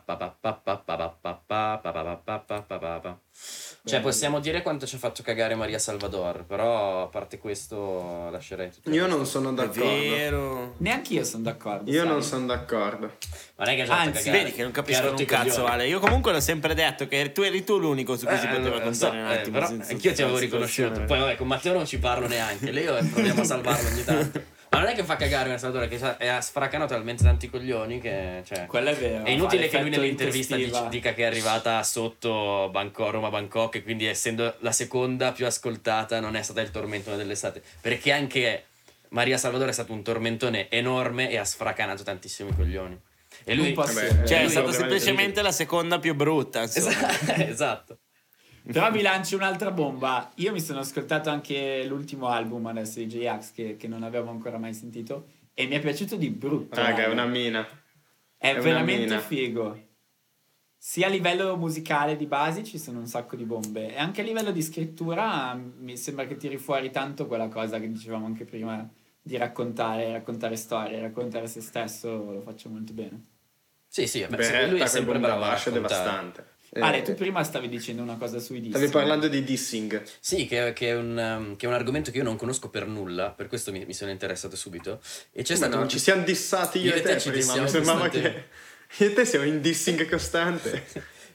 Cioè, possiamo dire quanto ci ha fatto cagare Maria Salvador, però a parte questo lascerei tutto. Io il resto. non sono È d'accordo. vero. Neanche io sono d'accordo. Io sai. non sono d'accordo. Ma non è che ci ha fatto Anzi, cagare. Vedi che non Che ha capiscono rotto un i coglioni. cazzo, Ale. Io comunque l'ho sempre detto che tu eri tu l'unico su cui si Eh, poteva lo contare so, un eh, attimo. però senza anch'io ti avevo questa riconosciuto. situazione. Poi vabbè, con Matteo non ci parlo neanche. Leo proviamo a salvarlo ogni tanto. Ma non è che fa cagare una salvatore che sa- è sfracano talmente tanti coglioni che cioè, Quello è vero. è inutile fa che lui l'effetto nell'intervista dici- intestiva. dica che è arrivata sotto Bangkok, Roma Bangkok e quindi essendo la seconda più ascoltata non è stata il tormentone dell'estate, perché anche Maria Salvador è stato un tormentone enorme e ha sfracanato tantissimi coglioni. E lui Un po' Vabbè, sì. Cioè, è lui stata ovviamente- semplicemente la seconda più brutta. Insomma. esatto. Però vi lancio un'altra bomba. Io mi sono ascoltato anche l'ultimo album adesso di J-Ax che, che non avevo ancora mai sentito e mi è piaciuto di brutto. Raga, è raga. una mina. È una veramente mina. figo. Sia a livello musicale di basi ci sono un sacco di bombe e anche a livello di scrittura mi sembra che tiri fuori tanto quella cosa che dicevamo anche prima di raccontare, raccontare storie, raccontare se stesso, lo faccio molto bene. Sì, sì, vabbè, sì, Beretta lui è quel sempre bomba bravo a basso è raccontare. devastante. Ale, tu prima stavi dicendo una cosa sui dissing. Stavi parlando di dissing. Sì, che, che, è un, um, che è un argomento che io non conosco per nulla, per questo mi, mi sono interessato subito. E c'è Ma stato no, un... ci siamo dissati io, Io e e te, te ci prima. Mi dissiamo sembrava che costantemente. io e te siamo in dissing costante.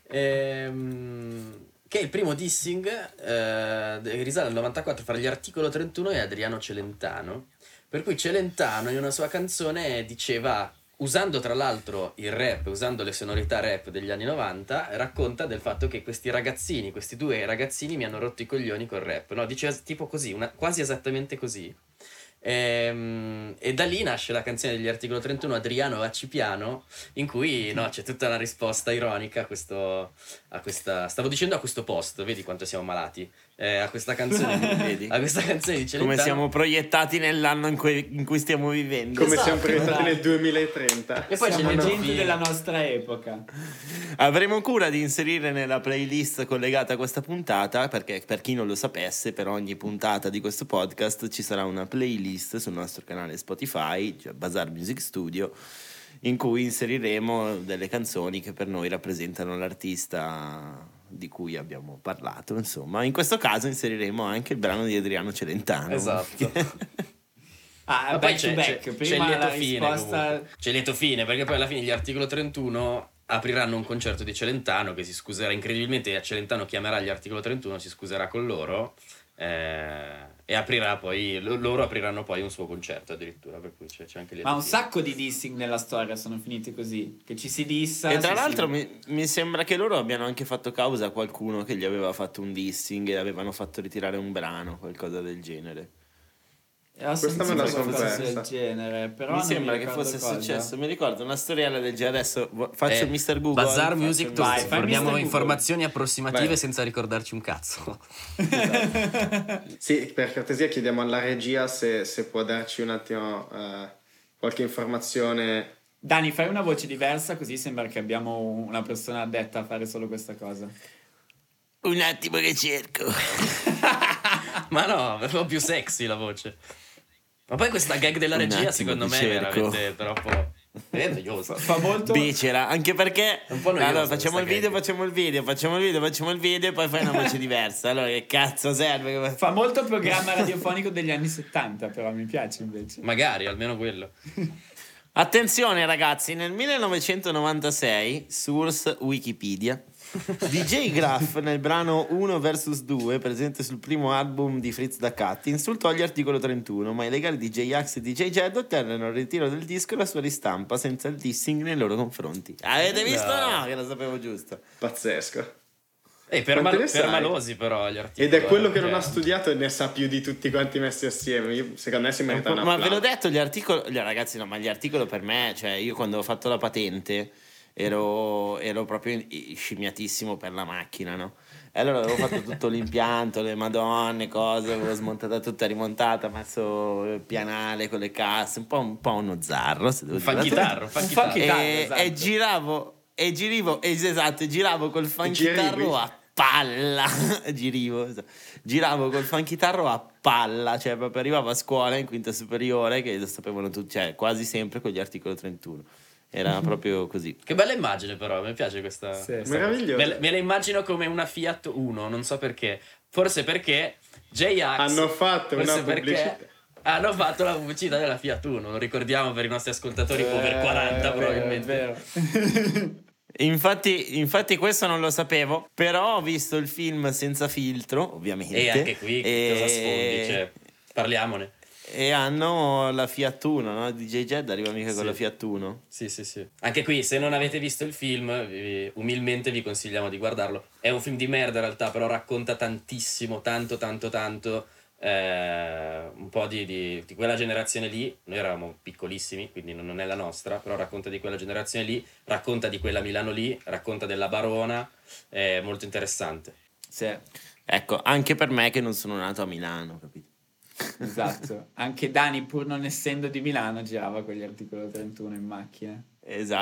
Ehm, che è il primo dissing, eh, risale al novantaquattro fra gli Articolo trentuno e Adriano Celentano. Per cui Celentano in una sua canzone diceva, usando tra l'altro il rap, usando le sonorità rap degli anni novanta, racconta del fatto che questi ragazzini, questi due ragazzini mi hanno rotto i coglioni col rap, no? Diceva tipo così, una, quasi esattamente così. Ehm, e da lì nasce la canzone degli Articolo trentuno, Adriano Vacci piano, in cui no, c'è tutta una risposta ironica a questo, a questa, stavo dicendo a questo post, vedi quanto siamo malati, eh, a questa canzone Vedi? a questa canzone di Celentano. Come siamo proiettati nell'anno in cui, in cui stiamo vivendo. Come Esatto, siamo proiettati esatto. nel duemilatrenta. E poi Siamo c'è il gente Netflix. della nostra epoca. Avremo cura di inserire nella playlist collegata a questa puntata, perché per chi non lo sapesse, per ogni puntata di questo podcast ci sarà una playlist sul nostro canale Spotify, cioè Bazar Music Studio, in cui inseriremo delle canzoni che per noi rappresentano l'artista di cui abbiamo parlato. Insomma, in questo caso inseriremo anche il brano di Adriano Celentano. Esatto. Ah, Ma back poi c'è, to back. c'è, c'è il Prima lieto la fine risposta... comunque. C'è il lieto fine, perché poi alla fine gli Articolo trentuno apriranno un concerto di Celentano che si scuserà incredibilmente, a Celentano chiamerà gli Articolo trentuno, si scuserà con loro eh, e aprirà poi, lo- loro apriranno poi un suo concerto addirittura, per cui c'è, c'è anche il lieto Ma un fine. sacco di dissing nella storia sono finiti così, che ci si dissa. E tra si- l'altro si- mi, mi sembra che loro abbiano anche fatto causa a qualcuno che gli aveva fatto un dissing e avevano fatto ritirare un brano, qualcosa del genere. Ho Questa me sentito la son qualcosa persa. del genere, però mi non sembra che ricordo fosse cosa. successo, mi ricordo una storiella del genere. Adesso vo- faccio Eh, il mister Google. Bazar faccio Music il Tour, Vai, mister- fai il forniamo mister Google. informazioni approssimative Vai. senza ricordarci un cazzo. Sì, per cortesia chiediamo alla regia se, se può darci un attimo eh, qualche informazione. Dani, fai una voce diversa così sembra che abbiamo una persona addetta a fare solo questa cosa. Un attimo che cerco. Ma no, è proprio più sexy la voce. Ma poi questa gag della Un regia attimo secondo che me è cerco. veramente troppo... È noiosa. Fa molto... Becera, anche perché È un po' noiosa allora facciamo il questa video, gag. facciamo il video, facciamo il video, facciamo il video e poi fai una voce diversa. Allora che cazzo serve? Fa molto programma radiofonico degli anni settanta, però mi piace invece. Magari, almeno quello. Attenzione ragazzi, nel millenovecentonovantasei, source Wikipedia, D J Graff nel brano uno versus due presente sul primo album di Fritz da Cat insultò gli Articolo trentuno, ma i legali D J Axe e D J Jed ottennero il ritiro del disco e la sua ristampa senza il dissing nei loro confronti. Avete visto o no? Che lo sapevo giusto. Pazzesco. E per, Quante mal- ne per sai? malosi però gli articoli. Ed è quello che eh, non ha cioè. studiato e ne sa più di tutti quanti messi assieme. Io- secondo me si merita un Ma ve l'ho applauso. detto, gli articoli, gli- ragazzi, no, ma gli articoli per me, cioè io quando ho fatto la patente ero, ero proprio in- scimmiatissimo per la macchina, no? E allora avevo fatto tutto l'impianto, le madonne, cose, avevo smontata tutta, rimontata, messo il pianale con le casse, un po', un po' uno zarro, se devo Un fan dire la chitarro, un fan Un fan chitarro. chitarro. e, esatto. e giravo e girivo es- esatto, e giravo col fan girivi? chitarro a palla girivo esatto. giravo col fan chitarro a palla, cioè proprio arrivavo a scuola in quinta superiore che lo sapevano tutti, cioè quasi sempre con gli Articolo trentuno, era proprio così. Che bella immagine però, mi piace questa... Sì. questa Meraviglioso. cosa. Me, me la immagino come una Fiat uno, non so perché. Forse perché J-Ax... Hanno fatto forse una perché pubblicità. hanno fatto la pubblicità della Fiat uno, lo ricordiamo per i nostri ascoltatori over quaranta Eh, probabilmente. È vero. Infatti, infatti questo non lo sapevo, però ho visto il film Senza filtro, ovviamente. E anche qui, e... cosa sfondi, cioè, parliamone. E hanno la Fiat Uno, no? D J Jed arriva mica Sì. con la Fiat Uno. Sì, sì, sì. Anche qui, se non avete visto il film, vi- umilmente vi consigliamo di guardarlo. È un film di merda in realtà, però racconta tantissimo, tanto, tanto, tanto, eh, un po' di, di, di quella generazione lì. Noi eravamo piccolissimi, quindi non, non è la nostra, però racconta di quella generazione lì, racconta di quella Milano lì, racconta della Barona, è molto interessante. Sì, Ecco, anche per me che non sono nato a Milano, capito? esatto. Anche Dani, pur non essendo di Milano, girava con gli Articolo trentuno in macchina. Esatto.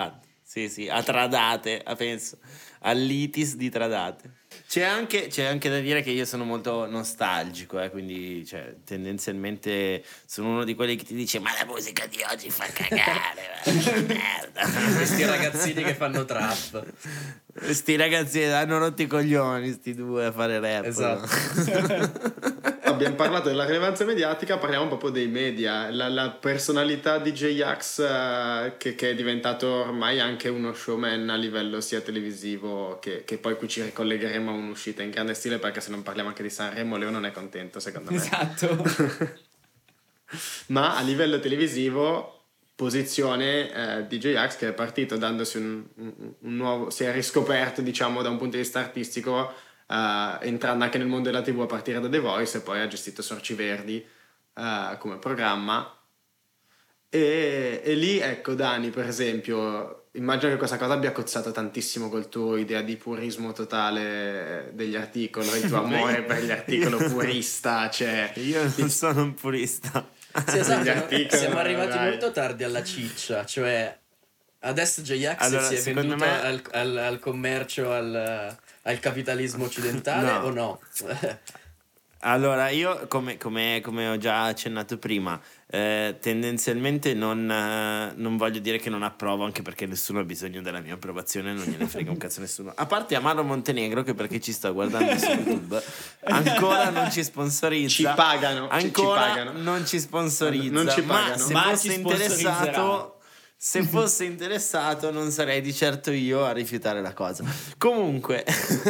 Sì, sì, a Tradate, a penso, all'I T I S di Tradate. C'è anche, c'è anche da dire che io sono molto nostalgico, eh, quindi cioè, tendenzialmente sono uno di quelli che ti dice ma la musica di oggi fa cagare, merda. Questi ragazzini che fanno trap. Sti ragazzi hanno rotto i coglioni, sti due a fare rap. Esatto. No? Abbiamo parlato della rilevanza mediatica, parliamo proprio dei media, la, la personalità di J-Ax eh, che, che è diventato ormai anche uno showman a livello sia televisivo che, che poi qui ci ricollegheremo a un'uscita in grande stile, perché se non parliamo anche di Sanremo Leo non è contento secondo me. Esatto. Ma a livello televisivo posizione eh, di J-Ax che è partito dandosi un, un, un nuovo, si è riscoperto diciamo da un punto di vista artistico, Uh, entrando anche nel mondo della tivù a partire da The Voice, e poi ha gestito Sorci Verdi uh, come programma e, e lì ecco Dani per esempio, immagino che questa cosa abbia cozzato tantissimo col tuo idea di purismo totale degli articoli, il tuo amore per gli articoli purista, cioè io non sono un purista. Sì, esatto, articoli, siamo arrivati dai. molto tardi alla ciccia, cioè adesso J-Ax Allora, si è secondo venduto me- al, al, al commercio, al, al capitalismo occidentale No. o no? Allora, io come, come- come ho già accennato prima, eh, tendenzialmente non, eh, non voglio dire che non approvo, anche perché nessuno ha bisogno della mia approvazione, non gliene frega un cazzo nessuno. A parte Amaro Montenegro, che perché ci sta guardando su YouTube, ancora non ci sponsorizza. Ci pagano, ci- ci Ancora pagano. non ci sponsorizza. Non ci ma pagano. se Ma fosse ci sponsorizzerà. interessato... Se fosse interessato non sarei di certo io a rifiutare la cosa. Comunque,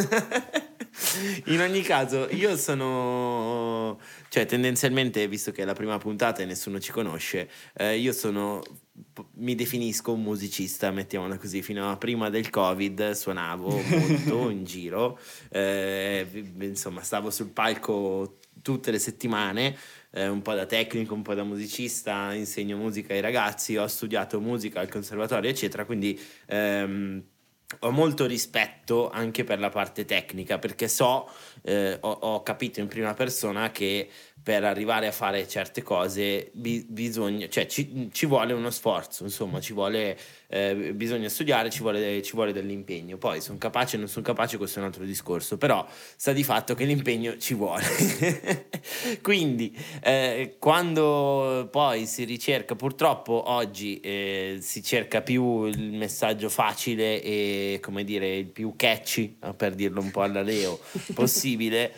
in ogni caso, io sono... Cioè, tendenzialmente, visto che è la prima puntata e nessuno ci conosce, eh, io sono... mi definisco un musicista, mettiamola così. Fino a prima del Covid suonavo molto in giro. Eh, insomma, stavo sul palco tutte le settimane. Eh, un po' da tecnico, un po' da musicista, insegno musica ai ragazzi, ho studiato musica al conservatorio eccetera, quindi ehm, ho molto rispetto anche per la parte tecnica, perché so, eh, ho, ho capito in prima persona che per arrivare a fare certe cose bi- bisogna, cioè ci, ci vuole uno sforzo, insomma ci vuole, eh, bisogna studiare, ci vuole, ci vuole dell'impegno. Poi sono capace o non sono capace, questo è un altro discorso, però sta di fatto che l'impegno ci vuole. Quindi eh, quando poi si ricerca, purtroppo oggi eh, si cerca più il messaggio facile e come dire il più catchy, per dirlo un po' alla Leo, possibile.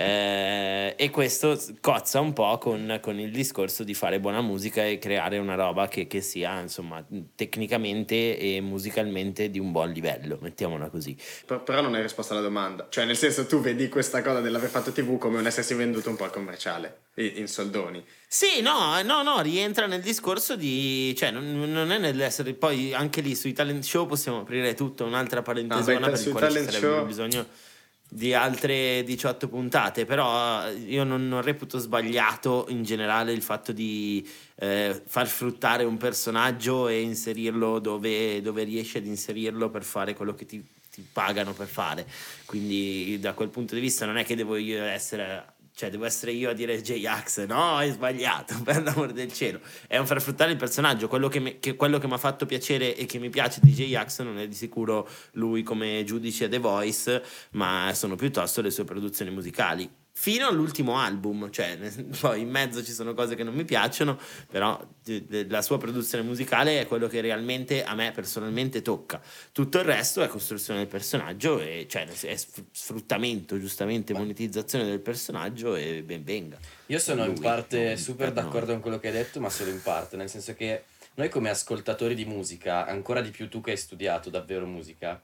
Eh, e questo cozza un po' con, con il discorso di fare buona musica e creare una roba che, che sia insomma tecnicamente e musicalmente di un buon livello, mettiamola così. Per- però non hai risposto alla domanda, cioè nel senso tu vedi questa cosa dell'aver fatto tivù come un essersi venduto un po' al commerciale i- in soldoni. Sì, no, no, no, rientra nel discorso di, cioè non, non è nell'essere, poi anche lì sui talent show possiamo aprire tutta un'altra parentesona No, beh, per sui il quale ci talent sarebbe show- bisogno di altre diciotto puntate, però io non, non reputo sbagliato in generale il fatto di eh, far fruttare un personaggio e inserirlo dove, dove riesci ad inserirlo per fare quello che ti, ti pagano per fare, quindi da quel punto di vista non è che devo io essere... Cioè, devo essere io a dire J-Ax, no, hai sbagliato, per l'amor del cielo. È un far fruttare il personaggio. Quello che mi, che, quello che mi ha fatto piacere e che mi piace di J-Ax non è di sicuro lui come giudice a The Voice, ma sono piuttosto le sue produzioni musicali. Fino all'ultimo album, cioè poi in mezzo ci sono cose che non mi piacciono, però la sua produzione musicale è quello che realmente a me personalmente tocca. Tutto il resto è costruzione del personaggio, e cioè è sfruttamento, giustamente, monetizzazione del personaggio, e ben venga. Io sono in Lui, parte non super per d'accordo noi. con quello che hai detto, ma solo in parte, nel senso che noi come ascoltatori di musica, ancora di più tu che hai studiato davvero musica,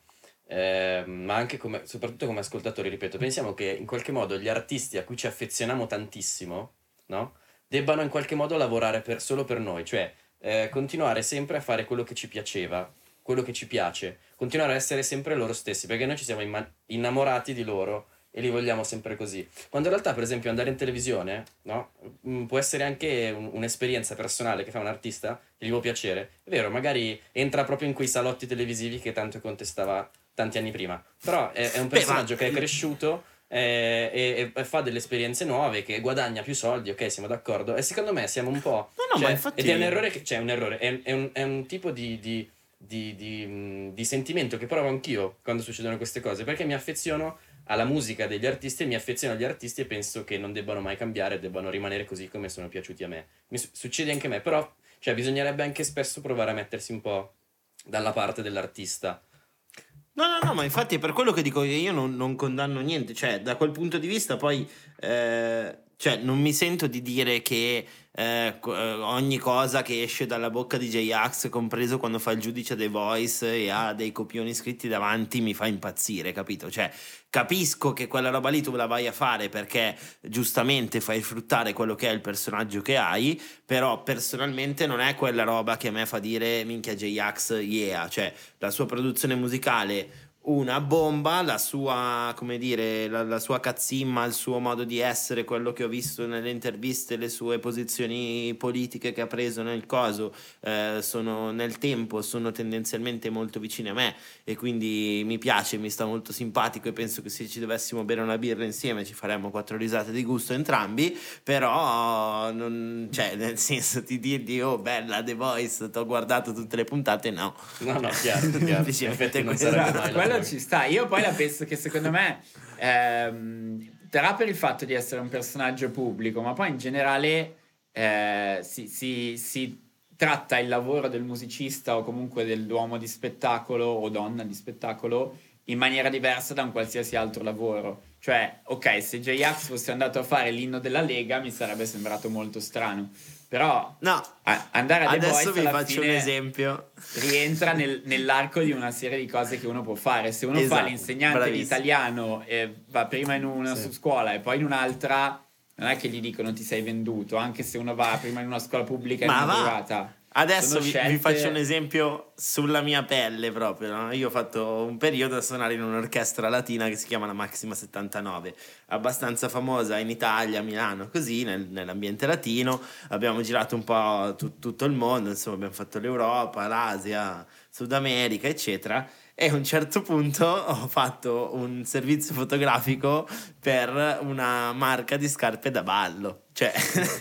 eh, ma anche come, soprattutto come ascoltatori, ripeto, pensiamo che in qualche modo gli artisti a cui ci affezioniamo tantissimo, no? Debbano in qualche modo lavorare per, solo per noi, cioè eh, continuare sempre a fare quello che ci piaceva, quello che ci piace, continuare a essere sempre loro stessi, perché noi ci siamo imma- innamorati di loro e li vogliamo sempre così. Quando in realtà, per esempio, andare in televisione, no? Mm, può essere anche un- un'esperienza personale che fa un artista, che gli può piacere. È vero, magari entra proprio in quei salotti televisivi che tanto contestava tanti anni prima. Però è, è un Beh, personaggio ma- che è cresciuto eh, e, e fa delle esperienze nuove, che guadagna più soldi, ok, siamo d'accordo. E secondo me siamo un po'... No, no, cioè, ma infatti- ed è un errore che... Cioè, un errore, è, è un, è un tipo di... di di, di, di sentimento che provo anch'io quando succedono queste cose, perché mi affeziono alla musica degli artisti e mi affeziono agli artisti e penso che non debbano mai cambiare, debbano rimanere così come sono piaciuti a me. Mi su- succede anche a me, però cioè, bisognerebbe anche spesso provare a mettersi un po' dalla parte dell'artista. No, no, no, ma infatti è per quello che dico che io non, non condanno niente, cioè da quel punto di vista poi eh, cioè, non mi sento di dire che eh, ogni cosa che esce dalla bocca di J-Ax, compreso quando fa il giudice dei Voice e ha dei copioni scritti davanti, mi fa impazzire, capito? Cioè, capisco che quella roba lì tu la vai a fare perché giustamente fai fruttare quello che è il personaggio che hai, però personalmente non è quella roba che a me fa dire minchia J-Ax, yeah, cioè la sua produzione musicale una bomba, la sua, come dire, la, la sua cazzimma, il suo modo di essere, quello che ho visto nelle interviste, le sue posizioni politiche che ha preso nel coso, eh, sono nel tempo, sono tendenzialmente molto vicine a me e quindi mi piace, mi sta molto simpatico e penso che se ci dovessimo bere una birra insieme ci faremmo quattro risate di gusto entrambi, però non, cioè, nel senso di dirgli oh bella The Voice, t'ho guardato tutte le puntate, no. No, no, chiaro, chiaro. In effetti non sarebbe mai la quello ci sta. Io poi la penso che secondo me ehm, sarà per il fatto di essere un personaggio pubblico, ma poi in generale eh, si, si, si tratta il lavoro del musicista o comunque dell'uomo di spettacolo o donna di spettacolo in maniera diversa da un qualsiasi altro lavoro. Cioè, ok, se J-Ax fosse andato a fare l'inno della Lega mi sarebbe sembrato molto strano. Però no, a- andare a The adesso Voice vi alla faccio fine un esempio. rientra nel, nell'arco di una serie di cose che uno può fare. Se uno Esatto, fa l'insegnante bravissimo. di italiano e va prima in una Sì. su scuola e poi in un'altra, non è che gli dicono ti sei venduto, anche se uno va prima in una scuola pubblica e in Ma una va. privata. Adesso Sono vi, scelte- vi faccio un esempio sulla mia pelle proprio, no? Io ho fatto un periodo a suonare in un'orchestra latina che si chiama la Maxima settantanove, abbastanza famosa in Italia, a Milano, così nel- nell'ambiente latino. Abbiamo girato un po' tu- tutto il mondo, insomma abbiamo fatto l'Europa, l'Asia, Sud America, eccetera. E a un certo punto ho fatto un servizio fotografico per una marca di scarpe da ballo. Cioè,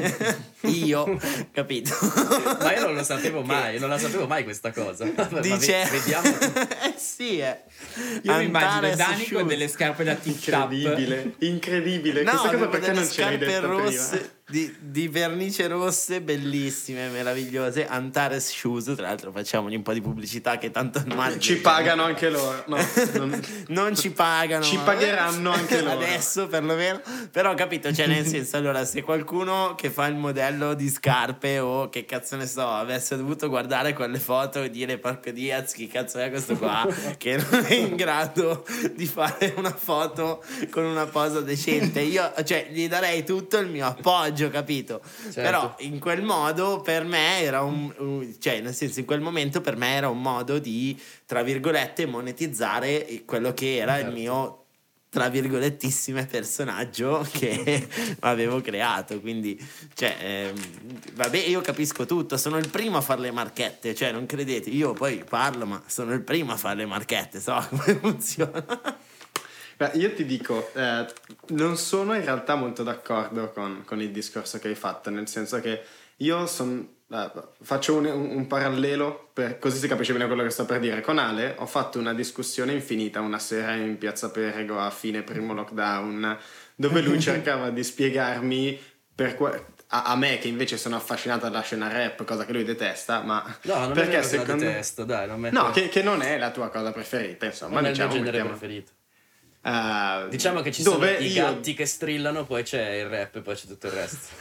io, capito? Ma io non lo sapevo mai, non la sapevo mai questa cosa. Ma Dice... ve- vediamo. eh sì, eh. Io mi immagino Antares Dani con Shoes. delle scarpe da tip-tap. Incredibile, incredibile. No, Questa cosa avevo perché delle non ce l'hai scarpe detto rosse prima? di, di vernice rosse, bellissime, meravigliose. Antares Shoes, tra l'altro facciamogli un po' di pubblicità che tanto male. Ci pagano anche loro. No, non... non ci pagano. Ci pagheranno anche loro. Adesso perlomeno. Però capito, cioè nel senso, allora se qualcuno che fa il modello di scarpe o che cazzo ne so avesse dovuto guardare quelle foto e dire porco Diaz, chi cazzo è questo qua che non è in grado di fare una foto con una posa decente, io cioè gli darei tutto il mio appoggio, capito? Certo. Però in quel modo per me era un, un cioè nel senso in quel momento per me era un modo di tra virgolette monetizzare quello che era Certo. il mio tra virgolettissime personaggio che avevo creato, quindi cioè ehm, vabbè, io capisco tutto, sono il primo a fare le marchette, cioè non credete, io poi parlo ma sono il primo a fare le marchette, so come funziona. Beh, io ti dico, eh, non sono in realtà molto d'accordo con, con il discorso che hai fatto, nel senso che io son, eh, faccio un, un, un parallelo, per, così si capisce bene quello che sto per dire. Con Ale ho fatto una discussione infinita una sera in Piazza Perego a fine primo lockdown, dove lui cercava di spiegarmi per que- a, a me che invece sono affascinato dalla scena rap, cosa che lui detesta, ma No, non perché è vero che la secondo detesto, dai, non metto... No, che, che non è la tua cosa preferita, insomma, non è il mio diciamo, genere mettiamo- preferito. Uh, Diciamo che ci dove sono i io- gatti che strillano, poi c'è il rap e poi c'è tutto il resto.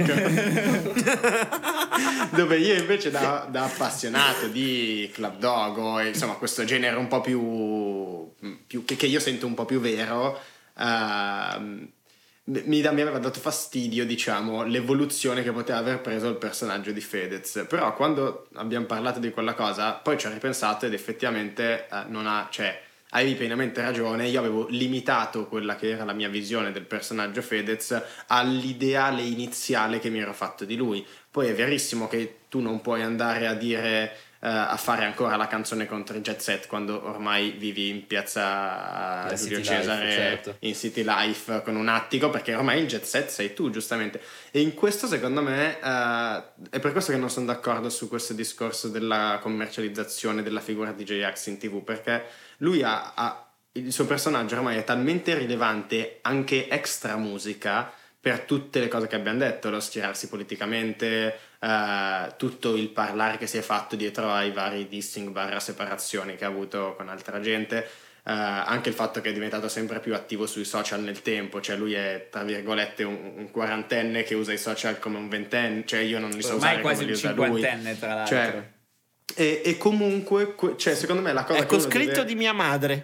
Ecco. Dove io invece da, da appassionato di Club Dogo e insomma questo genere un po' più, più che, che io sento un po' più vero, uh, mi, da, mi aveva dato fastidio, diciamo, l'evoluzione che poteva aver preso il personaggio di Fedez. Però quando abbiamo parlato di quella cosa poi ci ho ripensato ed effettivamente uh, non ha, cioè avevi pienamente ragione, io avevo limitato quella che era la mia visione del personaggio Fedez all'ideale iniziale che mi ero fatto di lui. Poi è verissimo che tu non puoi andare a dire a fare ancora la canzone contro il Jet Set quando ormai vivi in piazza La Giulio City Cesare, Life, certo. in City Life con un attico, perché ormai il Jet Set sei tu, giustamente. E in questo secondo me uh, è per questo che non sono d'accordo su questo discorso della commercializzazione della figura di J-Ax in tv, perché lui ha, ha il suo personaggio ormai è talmente rilevante anche extra musica per tutte le cose che abbiamo detto, lo schierarsi politicamente, uh, tutto il parlare che si è fatto dietro ai vari dissing barra separazioni che ha avuto con altra gente, uh, anche il fatto che è diventato sempre più attivo sui social nel tempo, cioè lui è tra virgolette un, un quarantenne che usa i social come un ventenne, cioè io non li so ormai usare come quasi li un usa lui, cinquantenne tra l'altro, cioè, e, e comunque cioè, secondo me la cosa Ecco che uno scritto deve... di mia madre.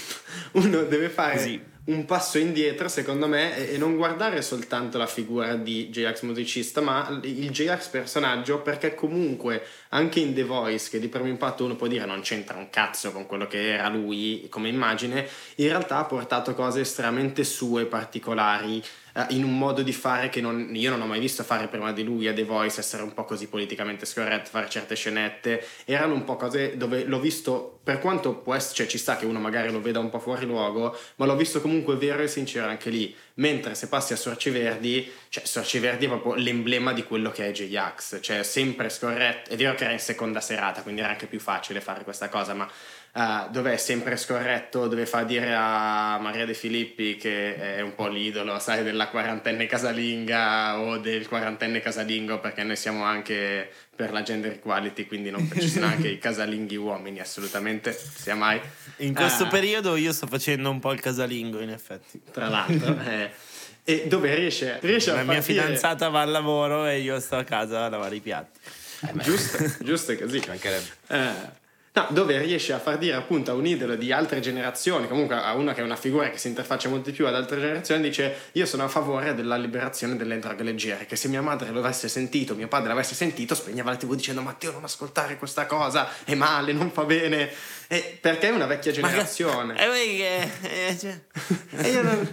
uno deve fare Così. un passo indietro secondo me e, e non guardare soltanto la figura di J-Ax musicista, ma il J-Ax personaggio, perché comunque anche in The Voice, che di primo impatto uno può dire non c'entra un cazzo con quello che era lui come immagine, in realtà ha portato cose estremamente sue, particolari, eh, in un modo di fare che non, io non ho mai visto fare prima di lui a The Voice, essere un po' così politicamente scorretto, fare certe scenette, erano un po' cose dove l'ho visto, per quanto può essere, cioè ci sta che uno magari lo veda un po' fuori luogo, ma l'ho visto comunque vero e sincero anche lì. Mentre se passi a Sorci Verdi, cioè Sorci Verdi è proprio l'emblema di quello che è J-Ax, cioè sempre scorretto. È vero che era in seconda serata, quindi era anche più facile fare questa cosa, ma uh, dove è sempre scorretto, dove fa dire a Maria De Filippi che è un po' l'idolo, sai, della quarantenne casalinga o del quarantenne casalingo, perché noi siamo anche per la gender equality, quindi non ci sono anche i casalinghi uomini, assolutamente, sia mai. In questo Ah. periodo io sto facendo un po' il casalingo, in effetti. Tra l'altro, eh, e dove riesce, riesce a La mia far dire- fidanzata va al lavoro e io sto a casa a lavare i piatti. giusto, giusto è così. Ci mancherebbe. Eh, no, dove riesce a far dire appunto a un idolo di altre generazioni, comunque a uno che è una figura che si interfaccia molto di più ad altre generazioni, dice io sono a favore della liberazione delle droghe leggere, che se mia madre lo avesse sentito, mio padre l'avesse sentito, spegneva la tv dicendo Matteo non ascoltare questa cosa, è male, non fa bene, e perché è una vecchia generazione. E poi che... eh, cioè... E io non-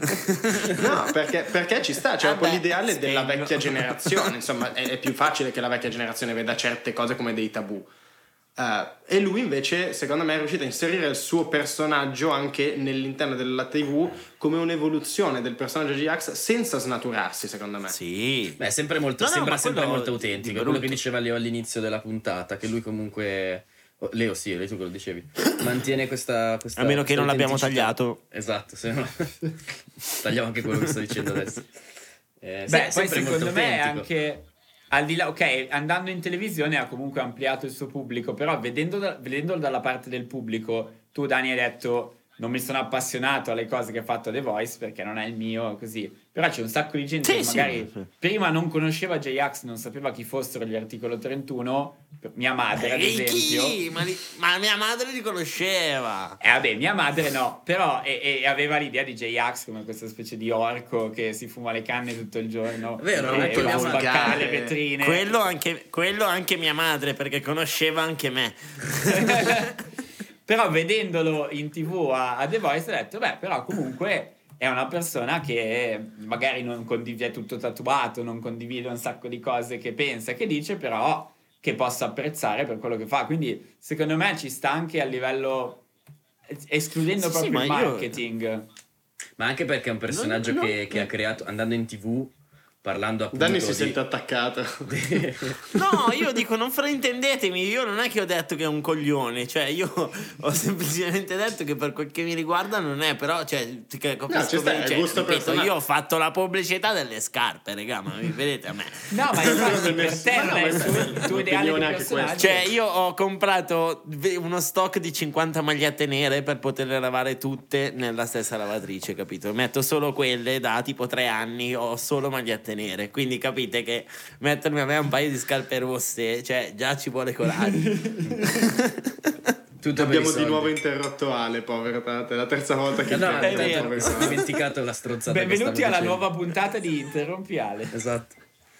no, perché, perché ci sta, cioè Vabbè, proprio l'ideale della spiego. vecchia generazione, insomma è, è più facile che la vecchia generazione veda certe cose come dei tabù. Uh, e lui invece secondo me è riuscito a inserire il suo personaggio anche nell'interno della tivù come un'evoluzione del personaggio di J-Ax senza snaturarsi, secondo me. Sì. Beh, è sempre molto, No, no, sembra ma sempre quello molto di autentico. brutto. Quello che diceva Leo all'inizio della puntata, che lui comunque... oh, Leo, sì, Leo, tu che lo dicevi. Mantiene questa... questa A meno che questa non l'abbiamo autenticità. tagliato. Esatto, se no... tagliamo anche quello che sto dicendo adesso. Eh, sì, Beh, è poi sempre molto secondo me è autentico. anche al di là, ok, andando in televisione ha comunque ampliato il suo pubblico, però vedendo da- vedendolo dalla parte del pubblico, tu Dani hai detto non mi sono appassionato alle cose che ha fatto The Voice perché non è il mio, così. Però c'è un sacco di gente Sì, che sì. magari prima non conosceva J-Ax, non sapeva chi fossero gli articolo trentuno, mia madre ad E esempio. chi? Ma, li- ma mia madre li conosceva. Eh vabbè, mia madre no, però e, e aveva l'idea di J-Ax come questa specie di orco che si fuma le canne tutto il giorno. Vero, e, anche e va a mia spaccare madre. le vetrine. Quello anche, quello anche mia madre, perché conosceva anche me. Però vedendolo in tv a, a The Voice ho detto, beh, però comunque è una persona che magari non condivide, è tutto tatuato, non condivide un sacco di cose che pensa, che dice, però che possa apprezzare per quello che fa. Quindi secondo me ci sta anche a livello, escludendo Sì, proprio sì, il ma io- marketing. Ma anche perché è un personaggio No, no, che, che ha creato, andando in tv, parlando appunto Danny si di... sente attaccato. No, io dico, non fraintendetemi, io non è che ho detto che è un coglione, cioè io ho semplicemente detto che per quel che mi riguarda non è, però, cioè, che capisco ci sta, bene, è cioè, gusto ripeto, personale. io ho fatto la pubblicità delle scarpe, raga, ma mi vedete a me. No, ma infatti per te Ma no, non è il ma suo, è il tuo un'opinione ideale di anche personaggio. Cioè, io ho comprato ve- uno stock di cinquanta magliette nere per poterle lavare tutte nella stessa lavatrice, capito? Metto solo quelle da tipo tre anni, ho solo magliette nere, quindi capite che mettermi a me un paio di scarpe rosse, cioè già ci vuole coraggio. Tutto per i Abbiamo di soldi. nuovo interrotto Ale, povero Tate, la terza volta che No, no, interrompo, vero. povero ho Ale. dimenticato la stronzata che Benvenuti stavo alla dicendo. nuova puntata di Interrompiale. Esatto.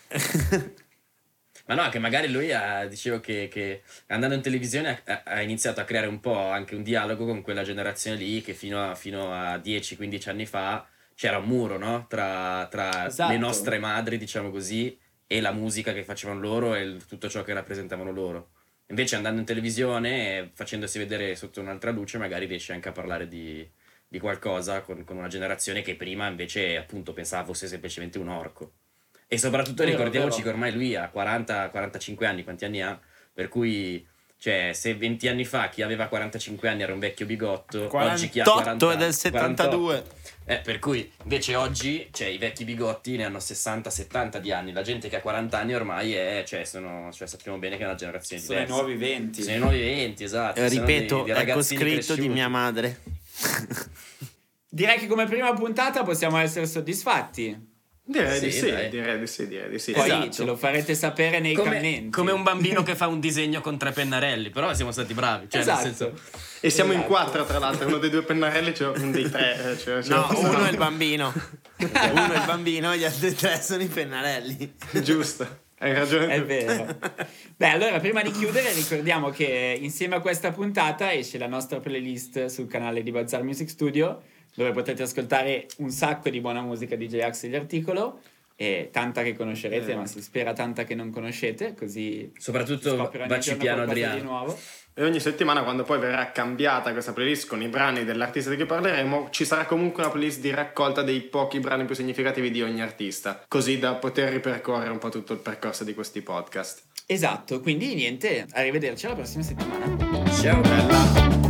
Ma no, che magari lui ha, dicevo che, che andando in televisione ha, ha iniziato a creare un po' anche un dialogo con quella generazione lì che fino a, fino a dieci quindici anni fa c'era un muro, no? Tra, tra Esatto. le nostre madri, diciamo così, e la musica che facevano loro e il- tutto ciò che rappresentavano loro. Invece andando in televisione e facendosi vedere sotto un'altra luce magari riesce anche a parlare di, di qualcosa con, con una generazione che prima invece appunto pensava fosse semplicemente un orco. E soprattutto Vero, ricordiamoci vero. che ormai lui ha quaranta quarantacinque anni, quanti anni ha? Per cui, cioè, se venti anni fa chi aveva quarantacinque anni era un vecchio bigotto, oggi chi ha quaranta quarantotto è del settantadue. Eh, per cui invece oggi, cioè, i vecchi bigotti ne hanno sessanta settanta di anni, la gente che ha quaranta anni ormai è, cioè, sono, cioè sappiamo bene che è una generazione Sono i diversa. nuovi venti. Sono i nuovi venti, esatto. Eh, sono ripeto, dei- dei ecco ragazzini scritto cresciuti. di mia madre. Direi che come prima puntata possiamo essere soddisfatti. Direi di Sì, sì, dai. direi di sì, direi di sì. Poi Esatto. ce lo farete sapere nei Come, commenti. come un bambino che fa un disegno con tre pennarelli, però siamo stati bravi. Cioè, Esatto. nel senso, E siamo in Esatto. quattro, tra l'altro, uno dei due pennarelli, cioè un dei tre. eh, Cioè, cioè, No, questo uno no. è il bambino. Uno è il bambino, gli altri tre sono i pennarelli. Giusto, hai ragione È tu. vero. Beh, allora prima di chiudere ricordiamo che insieme a questa puntata esce la nostra playlist sul canale di Bazzar Music Studio, dove potete ascoltare un sacco di buona musica di J-Ax e gli Articolo, e tanta che conoscerete, Eh. ma si spera tanta che non conoscete, così soprattutto scopre ogni Baci giorno piano qualcosa Adriano. di nuovo. E ogni settimana, quando poi verrà cambiata questa playlist con i brani dell'artista di cui parleremo, ci sarà comunque una playlist di raccolta dei pochi brani più significativi di ogni artista, così da poter ripercorrere un po' tutto il percorso di questi podcast. Esatto, quindi niente, arrivederci alla prossima settimana. Ciao. Bella!